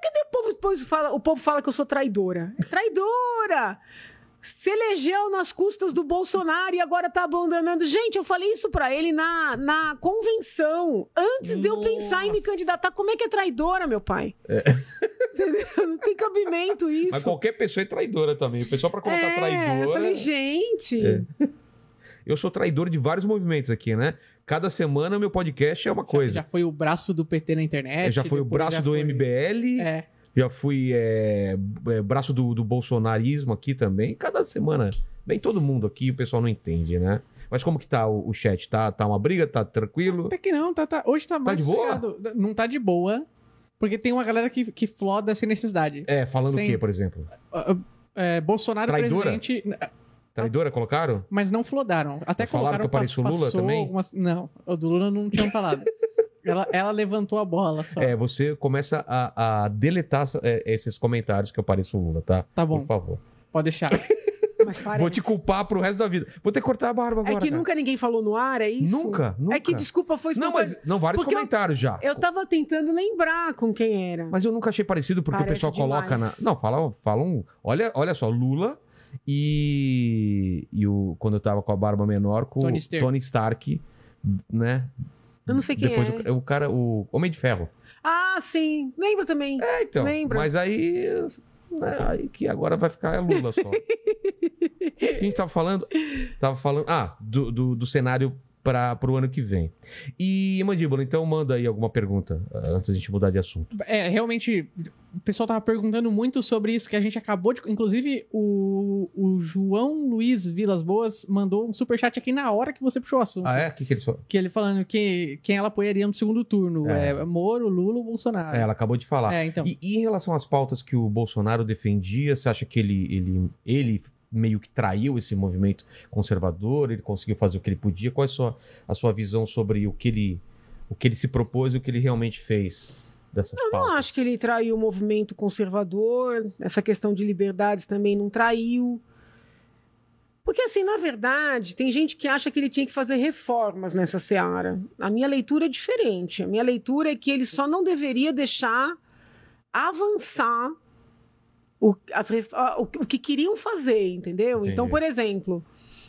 O povo fala que eu sou traidora. Traidora! Se elegeu nas custas do Bolsonaro e agora tá abandonando. Gente, eu falei isso pra ele na convenção. Antes de eu pensar em me candidatar. Como é que é traidora, meu pai? Entendeu? Não tem cabimento isso. Mas qualquer pessoa é traidora também. O pessoal pra colocar traidora... Eu falei, gente... Eu sou traidor de vários movimentos aqui, né? Cada semana meu podcast é uma coisa. Já foi o braço do PT na internet. Já foi o braço do MBL. Já fui braço do bolsonarismo aqui também. Cada semana vem todo mundo aqui, o pessoal não entende, né? Mas como que tá o chat? Tá uma briga? Tá tranquilo? Até que não, hoje tá mais de boa? sossegado. Não tá de boa, porque tem uma galera que floda sem necessidade. Falando o quê, por exemplo? Bolsonaro traidora? presidente... Traidora, colocaram? Mas não flodaram. Até falaram que eu pareço o Lula também? Não, o do Lula não tinham falado. Ela levantou a bola só. Você começa a deletar esses comentários que eu pareço o Lula, tá? Tá bom. Por favor. Pode deixar. Mas parece. Vou te culpar pro resto da vida. Vou ter que cortar a barba agora. É que nunca ninguém falou no ar, é isso? Nunca. É que, desculpa, foi... Não, vários porque comentários já. Eu tava tentando lembrar com quem era. Mas eu nunca achei parecido, porque Parece o pessoal coloca demais. Não, falam... Olha só, Lula e quando eu tava com a barba menor, com Tony o Tony Stark, né? Eu não sei quem Depois é. o cara, o Homem de Ferro. Ah, sim. Lembro também. Então. Lembro. Mas aí... aí que agora vai ficar Lula só. O que a gente tava falando? Tava falando... do cenário pro ano que vem. E, Mandíbula, então manda aí alguma pergunta antes da gente mudar de assunto. Realmente, o pessoal tava perguntando muito sobre isso que a gente acabou de... Inclusive, o João Luiz Vilas Boas mandou um superchat aqui na hora que você puxou o assunto. Ah, é? O que eles falaram? Que ele falando que quem ela apoiaria no segundo turno. Moro, Lula ou Bolsonaro. Ela acabou de falar. Então. E em relação às pautas que o Bolsonaro defendia, você acha que ele meio que traiu esse movimento conservador? Ele conseguiu fazer o que ele podia? Qual é a sua visão sobre o que ele se propôs e o que ele realmente fez dessas pautas? Eu não acho que ele traiu o movimento conservador. Essa questão de liberdades também não traiu. Porque, assim, na verdade, tem gente que acha que ele tinha que fazer reformas nessa seara. A minha leitura é diferente. A minha leitura é que ele só não deveria deixar avançar o que queriam fazer, entendeu? Entendi. Então, por exemplo,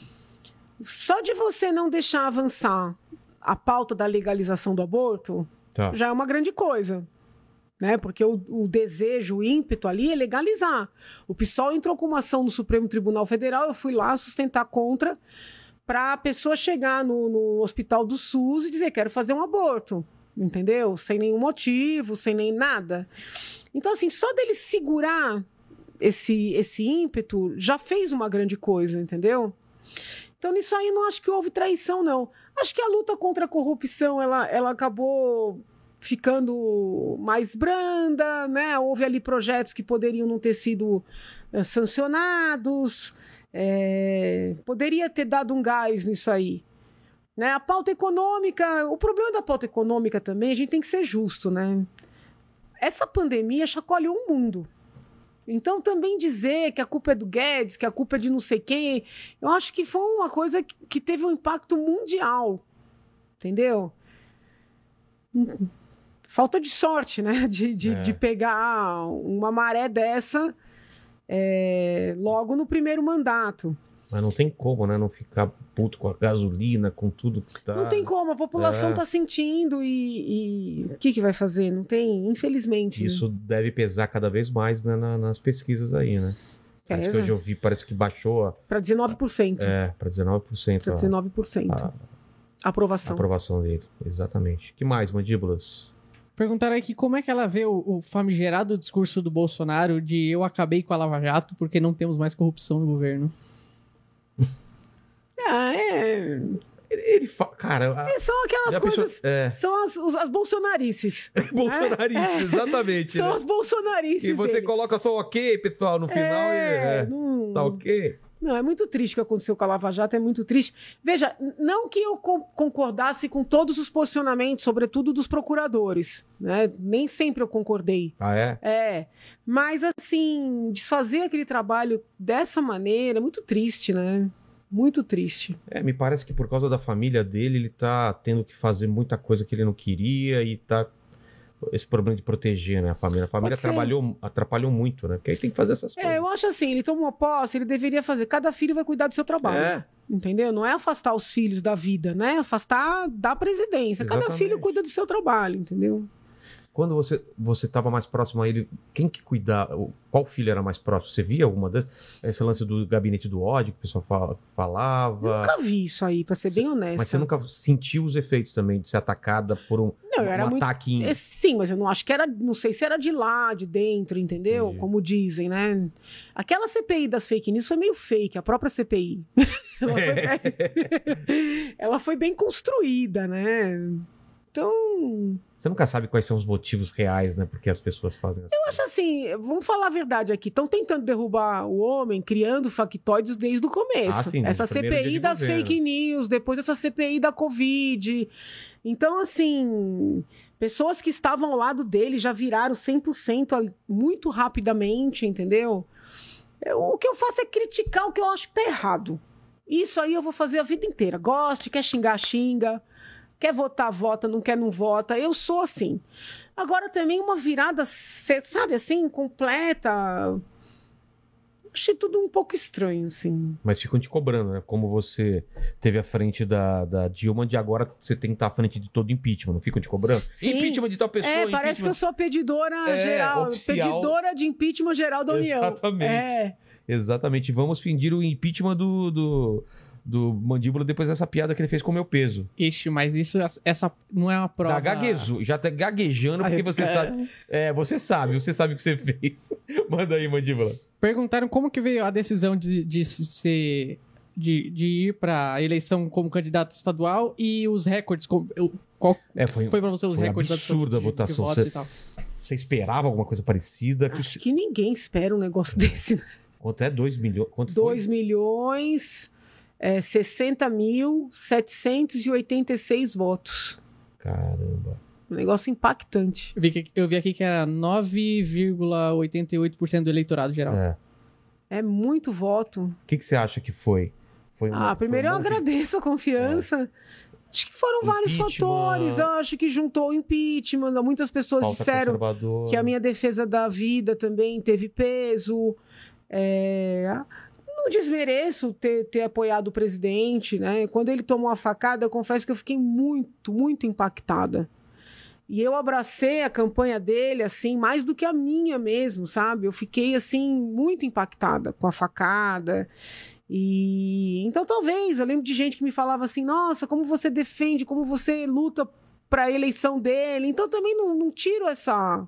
só de você não deixar avançar a pauta da legalização do aborto, já é uma grande coisa, né? Porque o desejo, o ímpeto ali é legalizar. O PSOL entrou com uma ação no Supremo Tribunal Federal, eu fui lá sustentar contra, para a pessoa chegar no hospital do SUS e dizer, quero fazer um aborto, entendeu? Sem nenhum motivo, sem nem nada. Então, assim, só dele segurar esse ímpeto já fez uma grande coisa, entendeu? Então, nisso aí, não acho que houve traição, não. Acho que a luta contra a corrupção, ela acabou ficando mais branda, né? Houve ali projetos que poderiam não ter sido sancionados, poderia ter dado um gás nisso aí. Né? A pauta econômica, o problema da pauta econômica também, a gente tem que ser justo, né? essa pandemia chacoalhou o mundo. Então, também dizer que a culpa é do Guedes, que a culpa é de não sei quem, eu acho que foi uma coisa que teve um impacto mundial. Entendeu? Falta de sorte, né? De pegar uma maré dessa logo no primeiro mandato. Mas não tem como, né? Não ficar puto com a gasolina, com tudo que tá... Não tem como, a população tá sentindo e o que vai fazer? Não tem, infelizmente. Isso deve pesar cada vez mais, né, nas pesquisas aí, né? Parece que hoje eu vi, parece que baixou... Para 19%. Para 19%. Para 19%. A aprovação. A aprovação dele, exatamente. Que mais, Mandíbulas? Perguntaram aqui como é que ela vê o famigerado discurso do Bolsonaro de eu acabei com a Lava Jato porque não temos mais corrupção no governo. Ele fala, cara... são aquelas coisas... São as bolsonarices. Bolsonarices, exatamente. São né? as bolsonarices E você dele. coloca só ok, pessoal, no final não... tá ok. Não, é muito triste o que aconteceu com a Lava Jato, é muito triste. Veja, não que eu concordasse com todos os posicionamentos, sobretudo dos procuradores, né? Nem sempre eu concordei. Ah, é? Mas, assim, desfazer aquele trabalho dessa maneira é muito triste, né? Muito triste. Me parece que por causa da família dele, ele tá tendo que fazer muita coisa que ele não queria e tá... Esse problema de proteger, né, a família. A família atrapalhou muito, né? Porque aí tem que fazer essas coisas. Eu acho assim, ele tomou posse, ele deveria fazer. Cada filho vai cuidar do seu trabalho. Entendeu? Não é afastar os filhos da vida, né? Afastar da presidência. Exatamente. Cada filho cuida do seu trabalho, entendeu? Quando você estava mais próximo a ele, quem que cuidava? Qual filho era mais próximo? Você via alguma das? Esse lance do gabinete do ódio que o pessoal falava? Nunca vi isso aí, pra ser bem honesta. Mas você nunca sentiu os efeitos também de ser atacada por um ataque? Sim, mas eu não acho que era... Não sei se era de lá, de dentro, entendeu? Entendi. Como dizem, né? Aquela CPI das fake news foi meio fake, a própria CPI. Ela foi bem construída, né? Então... Você nunca sabe quais são os motivos reais, né? Porque as pessoas fazem assim. Eu acho assim, vamos falar a verdade aqui. Estão tentando derrubar o homem, criando factoides desde o começo. Sim, essa CPI das fake news, depois essa CPI da Covid. Então, assim, pessoas que estavam ao lado dele já viraram 100% muito rapidamente, entendeu? O que eu faço é criticar o que eu acho que tá errado. Isso aí eu vou fazer a vida inteira. Goste, quer xingar, xinga. Quer votar, vota, não quer, não vota. Eu sou assim. Agora também uma virada, sabe assim, completa. Achei tudo um pouco estranho, assim. Mas ficam te cobrando, né? Como você teve à frente da Dilma, de agora você tem que estar à frente de todo impeachment. Não ficam te cobrando? Sim. Impeachment de tal pessoa, parece que eu sou a pedidora geral. Oficial. Pedidora de impeachment geral da União. Exatamente. Exatamente. Vamos fingir o impeachment do Mandíbula depois dessa piada que ele fez com o meu peso. Ixi, mas essa não é uma prova... Já tá gaguejando porque você sabe... Você sabe o que você fez. Manda aí, Mandíbula. Perguntaram como que veio a decisão de ir pra eleição como candidato estadual e os recordes. Qual foi pra você os recordes? Foi absurda a votação. De votos e tal. Você esperava alguma coisa parecida? Acho que ninguém espera um negócio desse, né? Quanto é? 2 milhões? Quanto 2 milhões... 60.786 votos. Caramba. Um negócio impactante. Eu vi aqui que era 9,88% do eleitorado geral. É muito voto. O que você acha que foi? Primeiro eu agradeço a confiança. Acho que foram vários fatores. Eu acho que juntou o impeachment. Muitas pessoas disseram que a minha defesa da vida também teve peso. Não desmereço ter apoiado o presidente, né? Quando ele tomou a facada, eu confesso que eu fiquei muito, muito impactada. E eu abracei a campanha dele, assim, mais do que a minha mesmo, sabe? Eu fiquei, assim, muito impactada com a facada. Então, talvez, eu lembro de gente que me falava assim, nossa, como você defende, como você luta para a eleição dele. Então, também não tiro essa...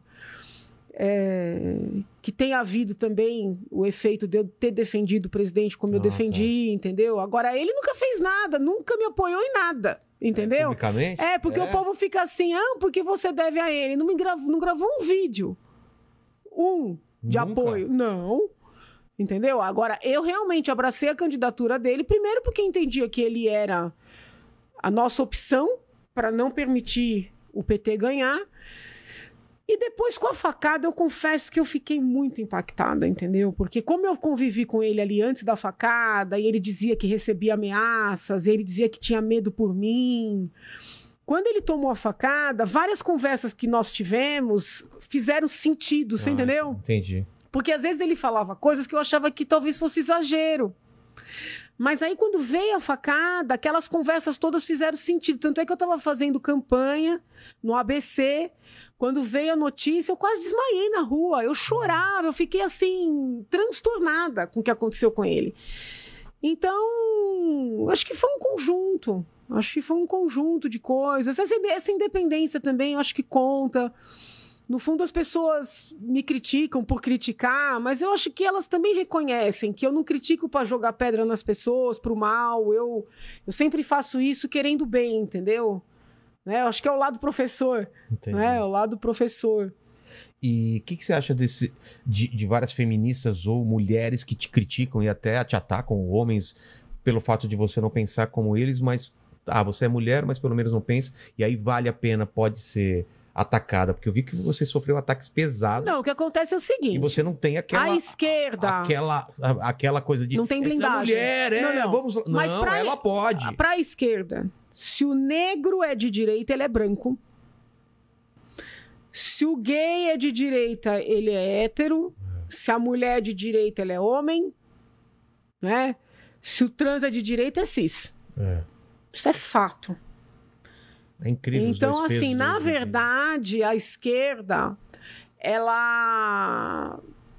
que tenha havido também o efeito de eu ter defendido o presidente como eu defendi, entendeu? Agora, ele nunca fez nada, nunca me apoiou em nada, entendeu? Publicamente? Porque o povo fica assim, porque você deve a ele. Não gravou um vídeo. De apoio. Não. Entendeu? Agora, eu realmente abracei a candidatura dele, primeiro porque entendia que ele era a nossa opção para não permitir o PT ganhar. E depois, com a facada, eu confesso que eu fiquei muito impactada, entendeu? Porque como eu convivi com ele ali antes da facada, e ele dizia que recebia ameaças, e ele dizia que tinha medo por mim. Quando ele tomou a facada, várias conversas que nós tivemos fizeram sentido, você entendeu? Entendi. Porque às vezes ele falava coisas que eu achava que talvez fosse exagero. Mas aí quando veio a facada, aquelas conversas todas fizeram sentido. Tanto é que eu estava fazendo campanha no ABC. Quando veio a notícia, eu quase desmaiei na rua. Eu chorava, eu fiquei assim, transtornada com o que aconteceu com ele. Então, acho que foi um conjunto. Acho que foi um conjunto de coisas. Essa independência também, eu acho que conta. No fundo, as pessoas me criticam por criticar, mas eu acho que elas também reconhecem que eu não critico para jogar pedra nas pessoas, para o mal. Eu sempre faço isso querendo bem, entendeu? Né? Eu acho que é o lado professor. Entendi. Né? É o lado professor. E o que você acha de várias feministas ou mulheres que te criticam e até te atacam, homens, pelo fato de você não pensar como eles, mas você é mulher, mas pelo menos não pensa, e aí vale a pena, pode ser atacada, porque eu vi que você sofreu ataques pesados. Não, o que acontece é o seguinte... E você não tem aquela... A esquerda... Aquela coisa de... Não tem blindagem. Essa mulher, não. Vamos... Mas não, ela pode. Para a esquerda, se o negro é de direita, ele é branco. Se o gay é de direita, ele é hétero. Se a mulher é de direita, ele é homem. Né? Se o trans é de direita, é cis. Isso é fato. É incrível. Então, assim, na verdade, a esquerda, ela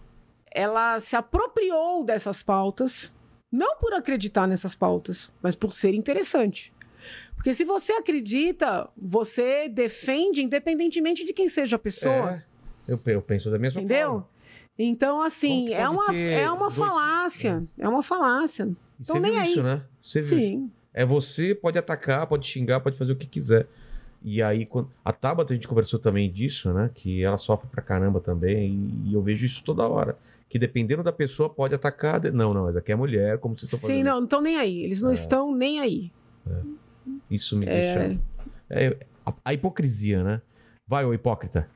se apropriou dessas pautas, não por acreditar nessas pautas, mas por ser interessante. Porque se você acredita, você defende independentemente de quem seja a pessoa. Eu penso da mesma entendeu? forma. Então, assim, é uma falácia. É uma falácia. Então, nem aí. Isso, né? Você viu Sim. Isso. É você, pode atacar, pode xingar, pode fazer o que quiser. E aí, a Tabata, a gente conversou também disso, né? Que ela sofre pra caramba também. E eu vejo isso toda hora. Que dependendo da pessoa, pode atacar. Não, mas aqui é mulher, como vocês estão fazendo. Sim, não estão nem aí. Eles não estão nem aí. Isso me deixa... a hipocrisia, né? Vai, ô hipócrita.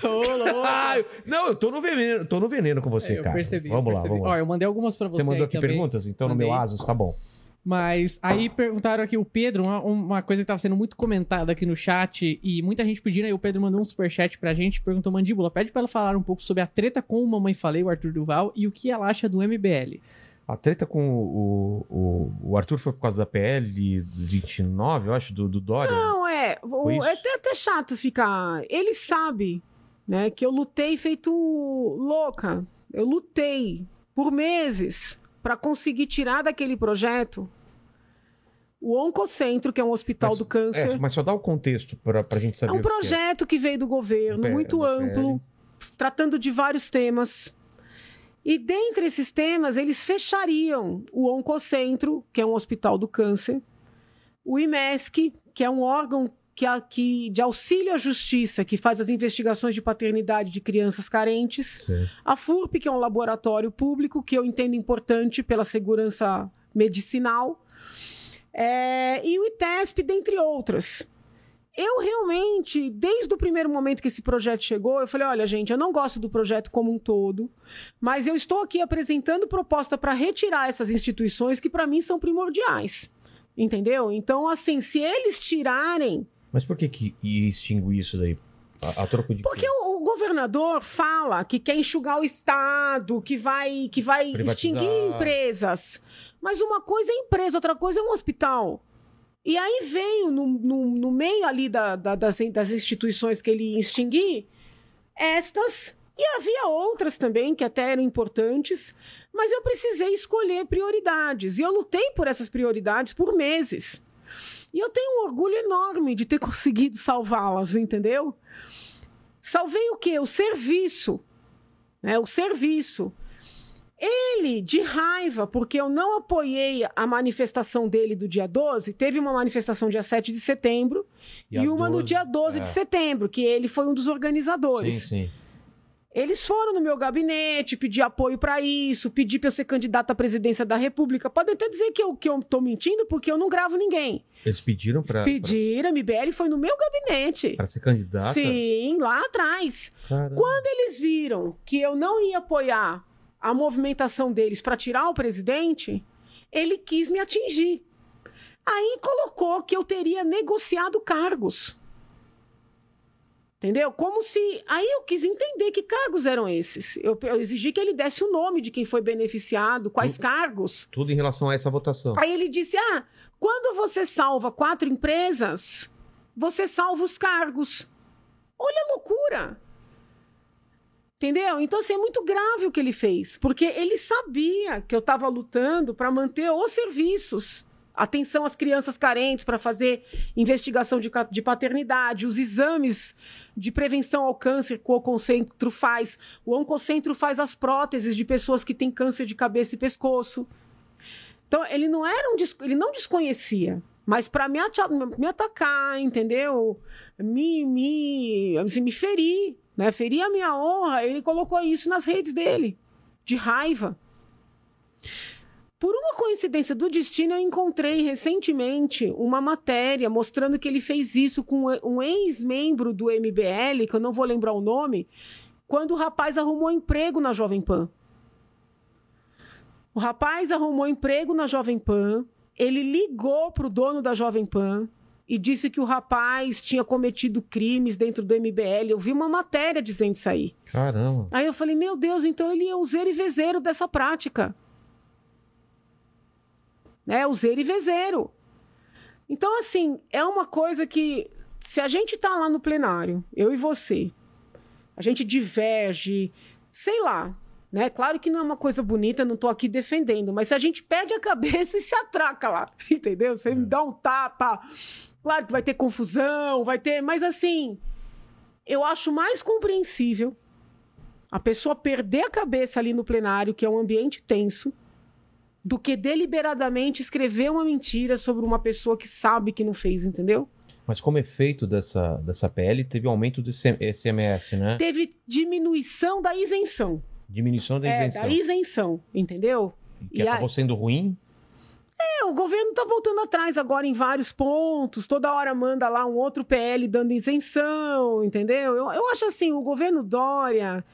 Não, eu tô no veneno com você, cara. Percebi, vamos lá. Ó, eu mandei algumas pra você. Você mandou aí aqui também. perguntas? Então Mandei. no meu Asus, tá bom. Mas aí perguntaram aqui, o Pedro, uma coisa que tava sendo muito comentada aqui no chat, e muita gente pedindo, aí o Pedro mandou um superchat pra gente, perguntou, Mandíbula, pede pra ela falar um pouco sobre a treta com o Mamãe Falei, o Arthur Duval, e o que ela acha do MBL. A treta com o Arthur foi por causa da PL 29, eu acho, do Dória? Não, é até chato ficar... Ele sabe, né, que eu lutei feito louca. Eu lutei por meses para conseguir tirar daquele projeto o Oncocentro, que é um hospital do câncer. Mas só dá o contexto pra gente saber. É um projeto que veio do governo, muito amplo, tratando de vários temas. E dentre esses temas, eles fechariam o Oncocentro, que é um hospital do câncer, o IMESC, que é um órgão de auxílio à justiça, que faz as investigações de paternidade de crianças carentes. Sim. A FURP, que é um laboratório público, que eu entendo importante pela segurança medicinal. E o ITESP, dentre outras. Eu realmente, desde o primeiro momento que esse projeto chegou, eu falei, olha, gente, eu não gosto do projeto como um todo, mas eu estou aqui apresentando proposta para retirar essas instituições que, para mim, são primordiais. Entendeu? Então, assim, se eles tirarem... Mas por que ia extinguir isso daí? A troco de Porque o governador fala que quer enxugar o Estado, que vai extinguir empresas. Mas uma coisa é empresa, outra coisa é um hospital. E aí veio, no meio ali das instituições que ele ia extinguir, estas... E havia outras também que até eram importantes, mas eu precisei escolher prioridades. E eu lutei por essas prioridades por meses. E eu tenho um orgulho enorme de ter conseguido salvá-las, entendeu? Salvei o quê? O serviço. Né? O serviço. Ele, de raiva, porque eu não apoiei a manifestação dele do dia 12, teve uma manifestação dia 7 de setembro e uma no dia 12 de setembro, que ele foi um dos organizadores. Sim. Eles foram no meu gabinete, pedir apoio para isso, pedir para eu ser candidata à presidência da República. Podem até dizer que eu tô mentindo porque eu não gravo ninguém. Eles pediram pra... Pediram, a MBL foi no meu gabinete. Pra ser candidata? Sim, lá atrás. Caramba. Quando eles viram que eu não ia apoiar a movimentação deles para tirar o presidente, ele quis me atingir. Aí colocou que eu teria negociado cargos. Entendeu? Como se... Aí eu quis entender que cargos eram esses. Eu exigi que ele desse o nome de quem foi beneficiado, quais cargos. Tudo em relação a essa votação. Aí ele disse, quando você salva 4 empresas, você salva os cargos. Olha a loucura. Entendeu? Então, assim, é muito grave o que ele fez. Porque ele sabia que eu estava lutando para manter os serviços. Atenção às crianças carentes para fazer investigação de paternidade, os exames de prevenção ao câncer que o Oncocentro faz. O Oncocentro faz as próteses de pessoas que têm câncer de cabeça e pescoço. Então, ele não desconhecia, mas para me atacar, entendeu? Me ferir, né? Ferir a minha honra, ele colocou isso nas redes dele, de raiva. Por uma coincidência do destino, eu encontrei recentemente uma matéria mostrando que ele fez isso com um ex-membro do MBL, que eu não vou lembrar o nome, quando o rapaz arrumou emprego na Jovem Pan. O rapaz arrumou emprego na Jovem Pan, ele ligou para o dono da Jovem Pan e disse que o rapaz tinha cometido crimes dentro do MBL. Eu vi uma matéria dizendo isso aí. Caramba. Aí eu falei, meu Deus, então ele é o zero e vezeiro dessa prática. Né, o zero e vezeiro. Então, assim, é uma coisa que, se a gente tá lá no plenário, eu e você, a gente diverge, sei lá, né? Claro que não é uma coisa bonita, não tô aqui defendendo, mas se a gente perde a cabeça e se atraca lá, entendeu? Você me dá um tapa, claro que vai ter confusão, vai ter... Mas, assim, eu acho mais compreensível a pessoa perder a cabeça ali no plenário, que é um ambiente tenso, do que deliberadamente escrever uma mentira sobre uma pessoa que sabe que não fez, entendeu? Mas como efeito dessa PL, teve aumento do ICMS, né? Teve diminuição da isenção. Diminuição da isenção. Da isenção, entendeu? Que acabou sendo ruim? O governo tá voltando atrás agora em vários pontos, toda hora manda lá um outro PL dando isenção, entendeu? Eu acho assim, o governo Dória...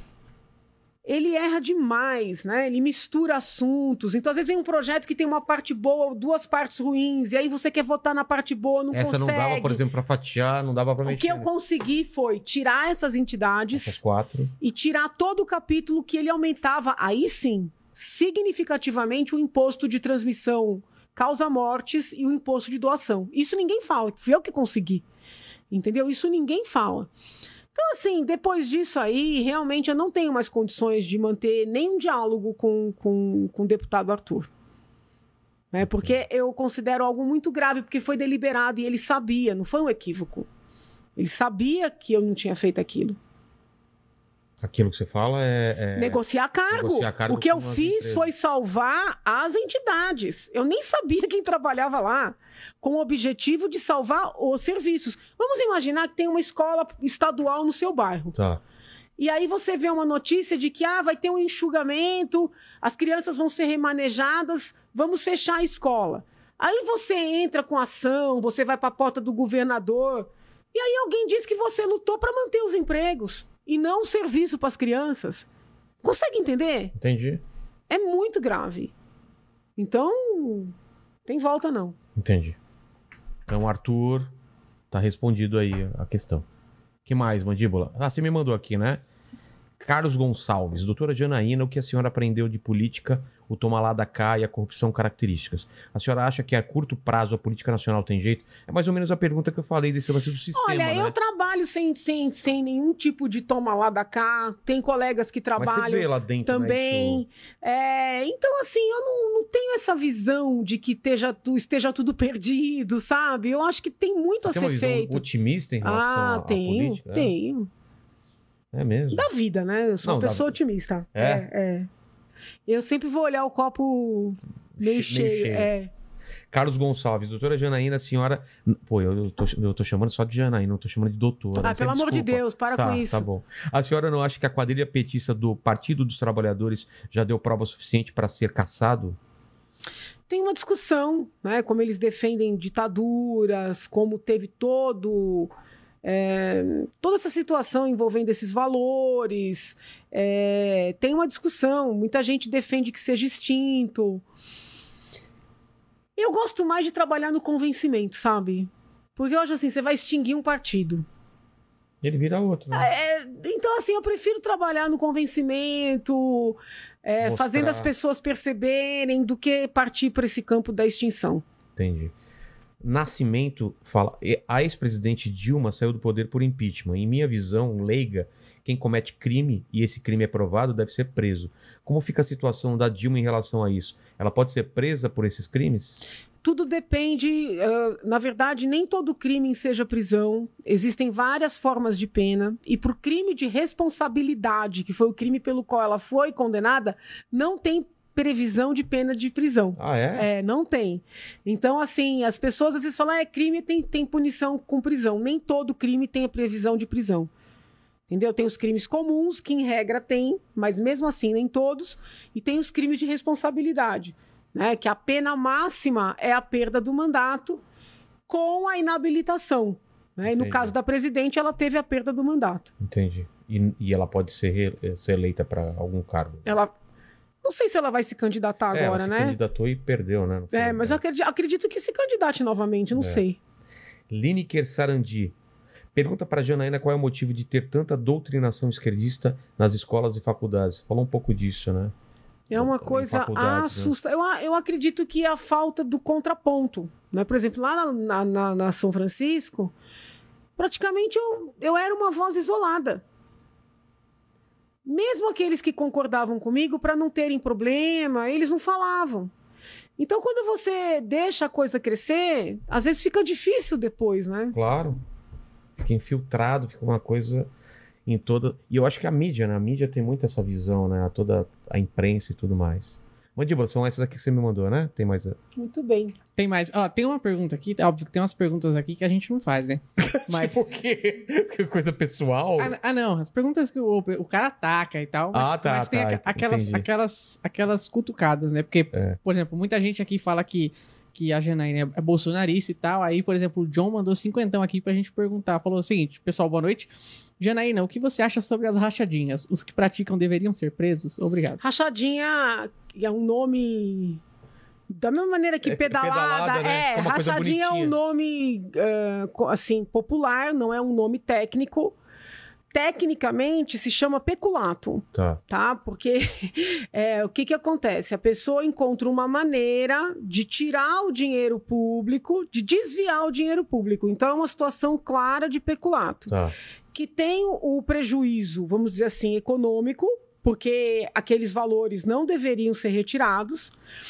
ele erra demais, né? Ele mistura assuntos. Então, às vezes, vem um projeto que tem uma parte boa ou 2 partes ruins, e aí você quer votar na parte boa, não consegue. Essa não dava, por exemplo, para fatiar, não dava para mexer. O que eu consegui foi tirar essas entidades... Essas 4. E tirar todo o capítulo que ele aumentava, aí sim, significativamente o imposto de transmissão causa-mortes e o imposto de doação. Isso ninguém fala, fui eu que consegui. Entendeu? Isso ninguém fala. Então, assim, depois disso aí, realmente eu não tenho mais condições de manter nenhum diálogo com o deputado Arthur. Porque eu considero algo muito grave, porque foi deliberado e ele sabia, não foi um equívoco. Ele sabia que eu não tinha feito aquilo. Aquilo que você fala é... Negociar cargo. Negociar cargo. O que eu fiz foi salvar as entidades. Eu nem sabia quem trabalhava lá, com o objetivo de salvar os serviços. Vamos imaginar que tem uma escola estadual no seu bairro. Tá. E aí você vê uma notícia de que vai ter um enxugamento, as crianças vão ser remanejadas, vamos fechar a escola. Aí você entra com ação, você vai para a porta do governador, e aí alguém diz que você lutou para manter os empregos e não o serviço para as crianças. Consegue entender? Entendi. É muito grave. Então, tem volta não. Entendi. Então, Arthur, tá respondido aí a questão. Que mais, Mandíbula? Você me mandou aqui, né? Carlos Gonçalves, doutora Janaína, o que a senhora aprendeu de política, o toma lá da cá e a corrupção características? A senhora acha que a curto prazo a política nacional tem jeito? É mais ou menos a pergunta que eu falei desse lance do sistema, Olha, né? eu trabalho sem nenhum tipo de toma lá da cá, tem colegas que trabalham. Mas você vê lá dentro, também. Né, isso... Então, assim, eu não tenho essa visão de que esteja tudo perdido, sabe? Eu acho que tem muito você a ser tem uma feito. visão otimista em relação à política? Tenho. É mesmo? Da vida, né? Eu sou uma pessoa otimista. Eu sempre vou olhar o copo meio cheio. Carlos Gonçalves, doutora Janaína, a senhora... Pô, eu tô chamando só de Janaína, não tô chamando de doutora. Pelo amor de Deus, para com isso. Tá bom. A senhora não acha que a quadrilha petista do Partido dos Trabalhadores já deu prova suficiente para ser caçado? Tem uma discussão, né? Como eles defendem ditaduras, como teve toda essa situação envolvendo esses valores. Tem uma discussão, muita gente defende que seja extinto. Eu gosto mais de trabalhar no convencimento, sabe? Porque eu acho assim, você vai extinguir um partido. Ele vira outro, né? Então, assim, eu prefiro trabalhar no convencimento, fazendo as pessoas perceberem, do que partir para esse campo da extinção. Entendi. Nascimento fala, a ex-presidente Dilma saiu do poder por impeachment. Em minha visão leiga, quem comete crime e esse crime é provado deve ser preso. Como fica a situação da Dilma em relação a isso? Ela pode ser presa por esses crimes? Tudo depende, na verdade, nem todo crime seja prisão. Existem várias formas de pena. E por crime de responsabilidade, que foi o crime pelo qual ela foi condenada, não tem previsão de pena de prisão. Ah, é? Não tem. Então, assim, as pessoas às vezes falam, crime tem punição com prisão. Nem todo crime tem a previsão de prisão. Entendeu? Tem os crimes comuns, que em regra tem, mas mesmo assim nem todos. E tem os crimes de responsabilidade, né? Que a pena máxima é a perda do mandato com a inabilitação. Né? E no caso da presidente, ela teve a perda do mandato. Entendi. E ela pode ser eleita para algum cargo? Não sei se ela vai se candidatar agora, ela né? se candidatou e perdeu, né? Mas eu acredito que se candidate novamente, não sei. Lineker Sarandi pergunta para Janaína qual é o motivo de ter tanta doutrinação esquerdista nas escolas e faculdades. Falou um pouco disso, né? É uma coisa assustadora. Né? Eu acredito que é a falta do contraponto. Né? Por exemplo, lá na São Francisco, praticamente eu era uma voz isolada. Mesmo aqueles que concordavam comigo, para não terem problema, eles não falavam. Então, quando você deixa a coisa crescer, às vezes fica difícil depois, né? Claro. Fica infiltrado, fica uma coisa em toda... E eu acho que a mídia, né? A mídia tem muito essa visão, né? Toda a imprensa e tudo mais. Mandíbula, são essas aqui que você me mandou, né? Tem mais... Muito bem. Tem mais. Tem uma pergunta aqui, óbvio que tem umas perguntas aqui que a gente não faz, né? Mas... Tipo o quê? Coisa pessoal? Não. As perguntas que o cara ataca e tal. Mas, mas tem aquelas cutucadas, né? Porque, por exemplo, muita gente aqui fala que a Janaína é bolsonarista e tal. Aí, por exemplo, o John mandou 50 aqui pra gente perguntar. Falou o seguinte, pessoal, boa noite. Janaína, o que você acha sobre as rachadinhas? Os que praticam deveriam ser presos? Obrigado. Rachadinha é um nome... Da mesma maneira que pedalada, né? Rachadinha é um nome, assim, popular, não é um nome técnico. Tecnicamente, se chama peculato, tá? Porque o que acontece? A pessoa encontra uma maneira de tirar o dinheiro público, de desviar o dinheiro público. Então, é uma situação clara de peculato. Que tem o prejuízo, vamos dizer assim, econômico, porque aqueles valores não deveriam ser retirados.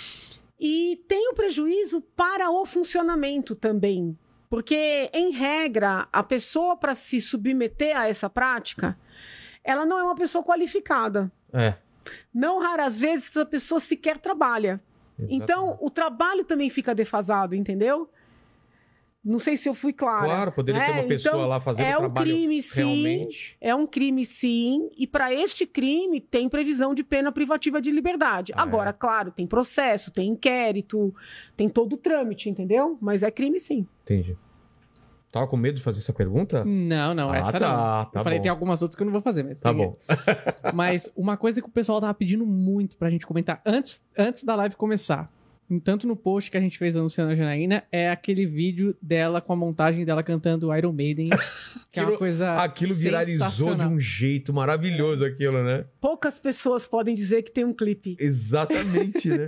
E tem o prejuízo para o funcionamento também. Porque, em regra, a pessoa, para se submeter a essa prática, ela não é uma pessoa qualificada. Não raras vezes essa pessoa sequer trabalha. Exatamente. Então, o trabalho também fica defasado, entendeu? Não sei se eu fui clara. Claro, poderia ter uma pessoa lá fazendo o trabalho realmente. É um crime, sim. E para este crime tem previsão de pena privativa de liberdade. Agora, claro, tem processo, tem inquérito, tem todo o trâmite, entendeu? Mas é crime, sim. Entendi. Tava com medo de fazer essa pergunta? Não, essa não. Eu falei, tem algumas outras que eu não vou fazer, mas... Tá bom. Mas uma coisa que o pessoal tava pedindo muito pra gente comentar antes da live começar, tanto no post que a gente fez anunciando a Janaína, é aquele vídeo dela com a montagem dela cantando Iron Maiden, que é uma coisa aquilo viralizou de um jeito maravilhoso, aquilo, né? Poucas pessoas podem dizer que tem um clipe. Exatamente, né?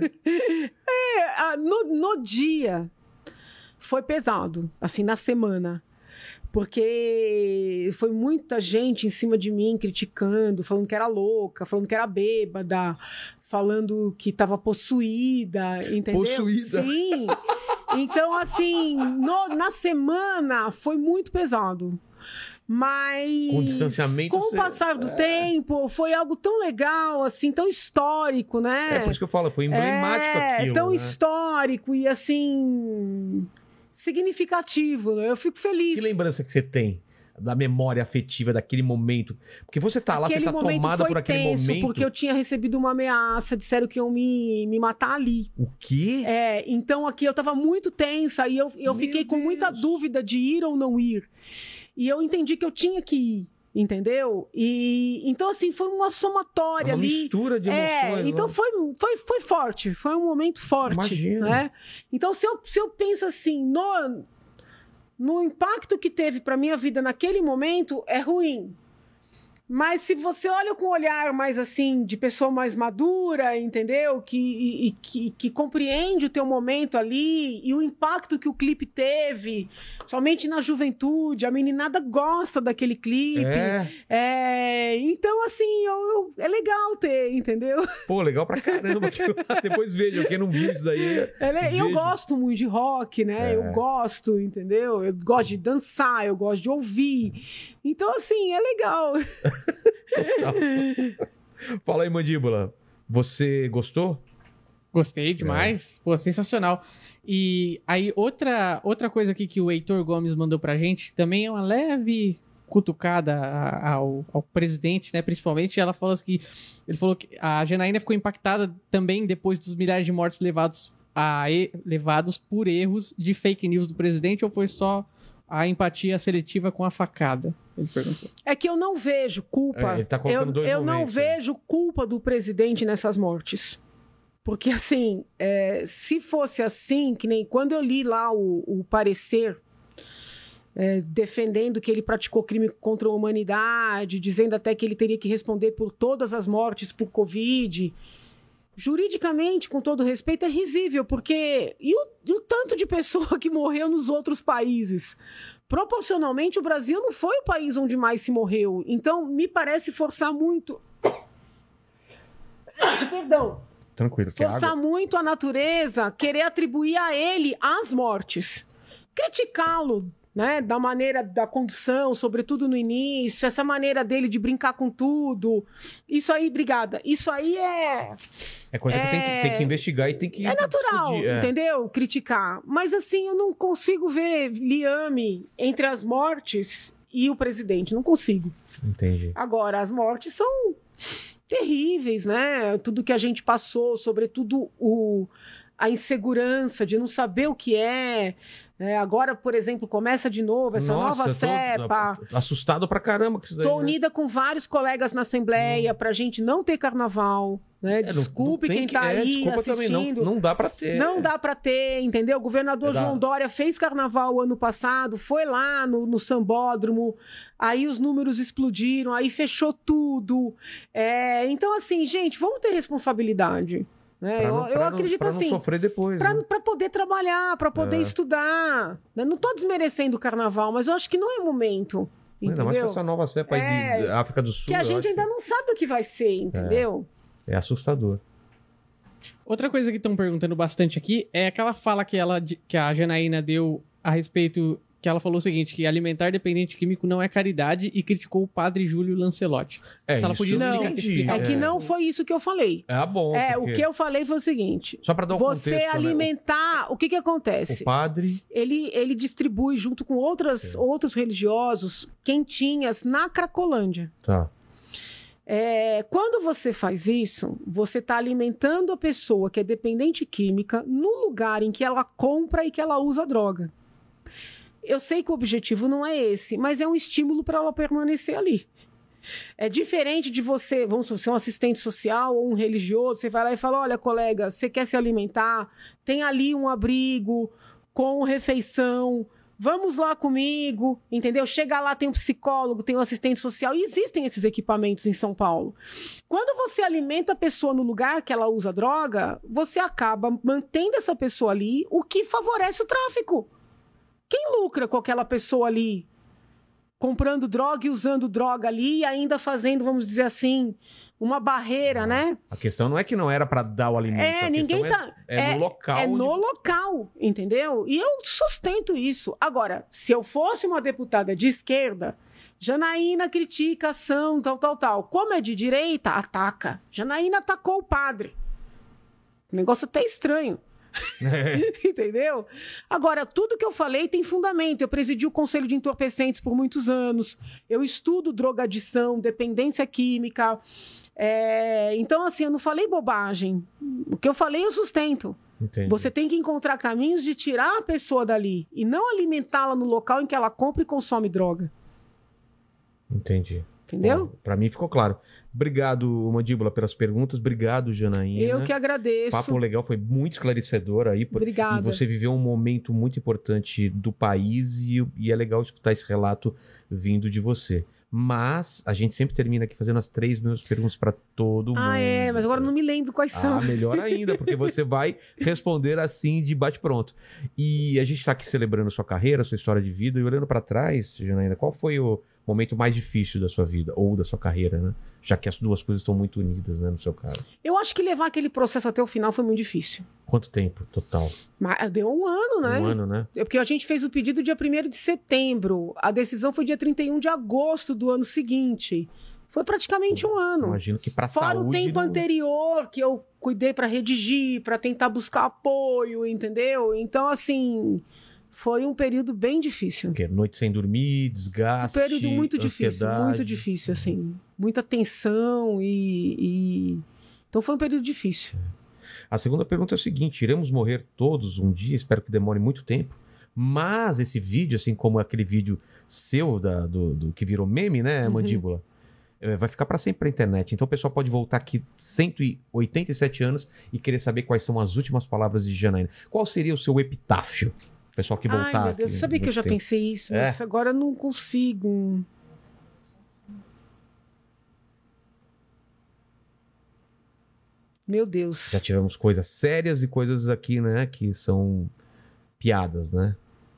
No dia foi pesado, assim, na semana. Porque foi muita gente em cima de mim criticando, falando que era louca, falando que era bêbada, falando que estava possuída, entendeu? Possuída? Sim. Então, assim, na semana foi muito pesado. Mas Com distanciamento, com o passar do tempo, foi algo tão legal, assim, tão histórico, né? É por isso que eu falo, foi emblemático aquilo. Tão né? histórico e assim significativo, né? Eu fico feliz. Que lembrança que você tem da memória afetiva daquele momento? Porque você tá lá, você tá tomada por aquele momento. Porque eu tinha recebido uma ameaça, disseram que iam me matar ali. O quê? Então aqui eu tava muito tensa e eu fiquei com muita dúvida de ir ou não ir. E eu entendi que eu tinha que ir, entendeu? E então, assim, foi uma somatória uma ali. mistura de emoções. Então né? foi forte, foi um momento forte. Imagina. Né? Então, se eu penso assim, no impacto que teve para minha vida naquele momento, é ruim. Mas se você olha com um olhar mais assim, de pessoa mais madura, entendeu? Que compreende o teu momento ali e o impacto que o clipe teve, somente na juventude, a meninada gosta daquele clipe. Então, assim, é legal ter, entendeu? Pô, legal pra caramba. Depois veja, quem não viu isso daí. Eu gosto muito de rock, né? Eu gosto, entendeu? Eu gosto de dançar, eu gosto de ouvir. Então, assim, é legal. Fala aí, Mandíbula. Você gostou? Gostei demais. Pô, sensacional. E aí, outra coisa aqui que o Heitor Gomes mandou pra gente, também é uma leve cutucada ao presidente, né? Principalmente, ele falou que a Janaína ficou impactada também depois dos milhares de mortos levados por erros de fake news do presidente, ou foi só a empatia seletiva com a facada? Ele perguntou. É que eu não vejo culpa. Ele tá colocando dois eu momentos, não vejo culpa do presidente nessas mortes. Porque, assim, se fosse assim, que nem quando eu li lá o parecer defendendo que ele praticou crime contra a humanidade, dizendo até que ele teria que responder por todas as mortes por Covid, juridicamente, com todo respeito, é risível, porque... E o tanto de pessoa que morreu nos outros países? Proporcionalmente, o Brasil não foi o país onde mais se morreu. Então, me parece forçar muito... Perdão. Tranquilo. Forçar muito a natureza, querer atribuir a ele as mortes. Criticá-lo, né, da maneira da condução, sobretudo no início, essa maneira dele de brincar com tudo. Isso aí, obrigada. Isso aí é coisa que tem que investigar e tem que... É natural, discutir, entendeu? Criticar. Mas assim, eu não consigo ver liame entre as mortes e o presidente. Não consigo. Entendi. Agora, as mortes são terríveis, né? Tudo que a gente passou, sobretudo a insegurança de não saber o que é. Agora, por exemplo, começa de novo essa nova cepa. Assustado pra caramba com isso daí. Tô unida com vários colegas na Assembleia pra gente não ter carnaval. Né? Desculpe quem tá aí assistindo. Não dá pra ter. Não dá pra ter, entendeu? O governador João Dória fez carnaval ano passado, foi lá no Sambódromo, aí os números explodiram, aí fechou tudo. Então, assim, gente, vamos ter responsabilidade. Eu acredito assim. Pra não sofrer depois. Pra poder trabalhar, pra poder estudar. Não tô desmerecendo o carnaval, mas eu acho que não é o momento. Ainda mais com essa nova cepa aí de África do Sul. Que a gente ainda não sabe o que vai ser, entendeu? É assustador. Outra coisa que estão perguntando bastante aqui é aquela fala que a Janaína deu a respeito... Que ela falou o seguinte, que alimentar dependente químico não é caridade e criticou o padre Júlio Lancelotti. Ela podia explicar. Que não foi isso que eu falei. Bom. O que eu falei foi o seguinte. Só para dar um você contexto, alimentar... Né? O que acontece? O padre... Ele distribui junto com outros religiosos quentinhas na Cracolândia. Tá. Quando você faz isso, você está alimentando a pessoa que é dependente química no lugar em que ela compra e que ela usa droga. Eu sei que o objetivo não é esse, mas é um estímulo para ela permanecer ali. É diferente de você, vamos ser um assistente social ou um religioso, você vai lá e fala, olha, colega, você quer se alimentar? Tem ali um abrigo com refeição, vamos lá comigo, entendeu? Chega lá, tem um psicólogo, tem um assistente social, e existem esses equipamentos em São Paulo. Quando você alimenta a pessoa no lugar que ela usa droga, você acaba mantendo essa pessoa ali, o que favorece o tráfico. Quem lucra com aquela pessoa ali comprando droga e usando droga ali e ainda fazendo, vamos dizer assim, uma barreira, né? A questão não é que não era para dar o alimento. Ninguém tá... no local. No local, entendeu? E eu sustento isso. Agora, se eu fosse uma deputada de esquerda, Janaína critica a ação, tal. Como é de direita, ataca. Janaína atacou o padre. O negócio até estranho. Entendeu? Agora, tudo que eu falei tem fundamento. Eu presidi o Conselho de Entorpecentes por muitos anos. Eu estudo drogadição, dependência química. Então, assim, eu não falei bobagem. O que eu falei, eu sustento. Entendi. Você tem que encontrar caminhos de tirar a pessoa dali e não alimentá-la no local em que ela compra e consome droga. Entendi. Entendeu? Bom, pra mim ficou claro. Obrigado, Mandíbula, pelas perguntas. Obrigado, Janaína. Eu que agradeço. Papo legal, foi muito esclarecedor aí. Obrigada. E você viveu um momento muito importante do país e é legal escutar esse relato vindo de você. Mas a gente sempre termina aqui fazendo as 3 mesmas perguntas para todo mundo. Mas agora eu não me lembro quais são. Melhor ainda, porque você vai responder assim de bate-pronto. E a gente está aqui celebrando sua carreira, sua história de vida, e olhando para trás, Janaína, qual foi o momento mais difícil da sua vida, ou da sua carreira, né? Já que as duas coisas estão muito unidas, né, no seu caso. Eu acho que levar aquele processo até o final foi muito difícil. Quanto tempo total? Mas deu um ano, né? Um ano, né? Porque a gente fez o pedido dia 1º de setembro. A decisão foi dia 31 de agosto do ano seguinte. Foi praticamente um ano. Imagino que pra Fora saúde... o tempo anterior que eu cuidei para redigir, para tentar buscar apoio, entendeu? Então, assim, foi um período bem difícil. O quê? Noite sem dormir, desgaste, Um período muito ansiedade. muito difícil, assim. Muita tensão Então foi um período difícil. A segunda pergunta é o seguinte: iremos morrer todos um dia, espero que demore muito tempo, mas esse vídeo, assim como aquele vídeo seu do que virou meme, né, Mandíbula, vai ficar para sempre na internet. Então o pessoal pode voltar aqui 187 anos e querer saber quais são as últimas palavras de Janaína. Qual seria o seu epitáfio? O pessoal que voltar. Ai, meu Deus, aqui sabia que eu já muito tempo. pensei isso, mas agora eu não consigo. Meu Deus. Já tivemos coisas sérias e coisas aqui, né, que são piadas, né?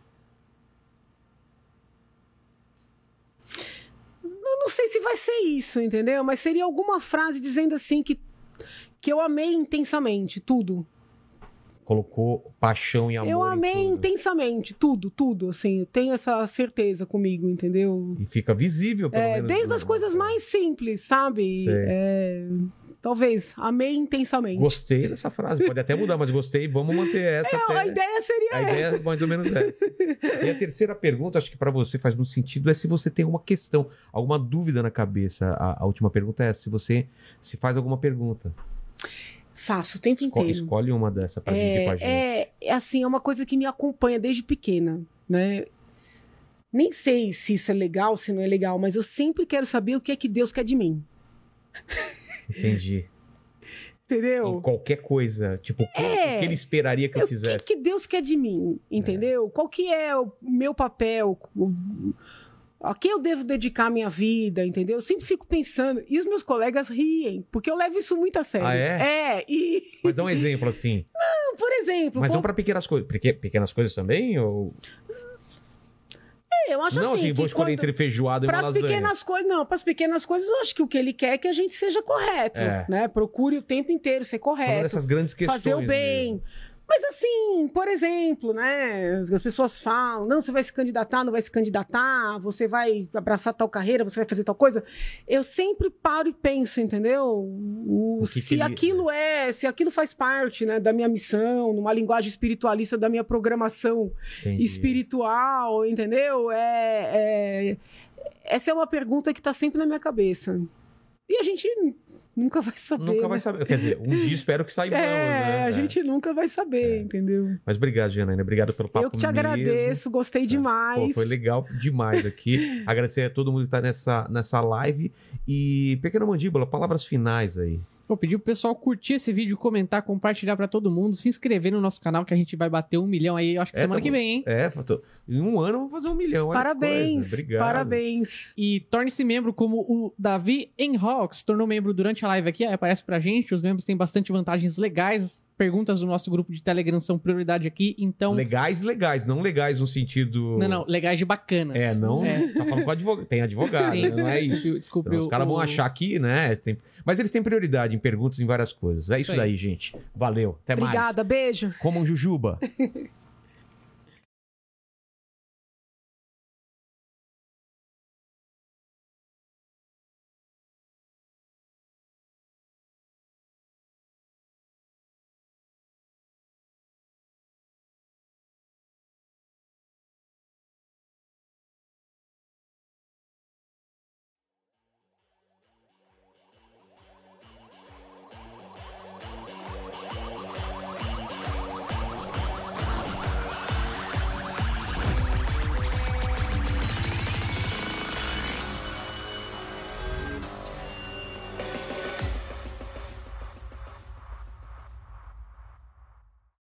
Eu não sei se vai ser isso, entendeu? Mas seria alguma frase dizendo assim que eu amei intensamente, tudo. Colocou paixão e amor. Eu amei em tudo. intensamente, tudo, assim. Eu tenho essa certeza comigo, entendeu? E fica visível, pelo menos. Desde as coisas mais simples, sabe? Sei. Talvez, amei intensamente. Gostei dessa frase, pode até mudar, mas gostei, vamos manter essa até... A ideia seria A essa. ideia é mais ou menos essa. E a terceira pergunta, acho que para você faz muito sentido, é se você tem alguma questão, alguma dúvida na cabeça. A última pergunta é se você se faz alguma pergunta. Faço o tempo inteiro. Escolhe uma dessa pra dividir com a gente. Assim, é uma coisa que me acompanha desde pequena, né? Nem sei se isso é legal, se não é legal, mas eu sempre quero saber o que é que Deus quer de mim. Entendi. Entendeu? Em qualquer coisa, tipo, o que ele esperaria que eu fizesse? O que Deus quer de mim, entendeu? Qual que é o meu papel? A quem eu devo dedicar a minha vida, entendeu? Eu sempre fico pensando, e os meus colegas riem, porque eu levo isso muito a sério. Ah, é? Mas dá um exemplo, assim. Não, por exemplo... Mas não pra pequenas coisas. Pequenas coisas também, ou... Eu acho não, assim, vou escolher entre feijoada e uma lasanha. pequenas coisas, não, para as pequenas coisas, eu acho que o que ele quer é que a gente seja correto, né? Procure o tempo inteiro ser correto. Falando dessas grandes questões. Fazer o bem. Mesmo. Mas assim, por exemplo, né? As pessoas falam, não, você vai se candidatar, não vai se candidatar, você vai abraçar tal carreira, você vai fazer tal coisa. Eu sempre paro e penso, entendeu? Se aquilo faz parte, né, da minha missão, numa linguagem espiritualista da minha programação espiritual, entendeu? Essa é uma pergunta que está sempre na minha cabeça. E a gente nunca vai saber. Nunca vai saber. Quer dizer, um dia espero que saibamos, né? A gente nunca vai saber, entendeu? Mas obrigado, Janaína. Obrigado pelo papo. Eu que te agradeço, gostei demais. Pô, foi legal demais aqui. Agradecer a todo mundo que tá nessa live. E, Pequena Mandíbula, palavras finais aí. Vou pedir pro pessoal curtir esse vídeo, comentar, compartilhar pra todo mundo, se inscrever no nosso canal, que a gente vai bater 1 milhão aí, eu acho que semana que vem, hein? Em um ano vamos fazer 1 milhão. Olha parabéns, obrigado. Parabéns. E torne-se membro, como o Davi Enrock se tornou membro durante a live aqui, aí aparece pra gente, os membros têm bastante vantagens legais, perguntas do nosso grupo de Telegram são prioridade aqui, então... Legais, não legais no sentido... Não, legais de bacanas. Tá falando com advogado, tem advogado, sim, né? Não é isso. Desculpe, então, os caras vão achar que, né? Mas eles têm prioridade em perguntas, em várias coisas. É isso daí, gente. Valeu, até mais. Obrigada, beijo. Comam jujuba.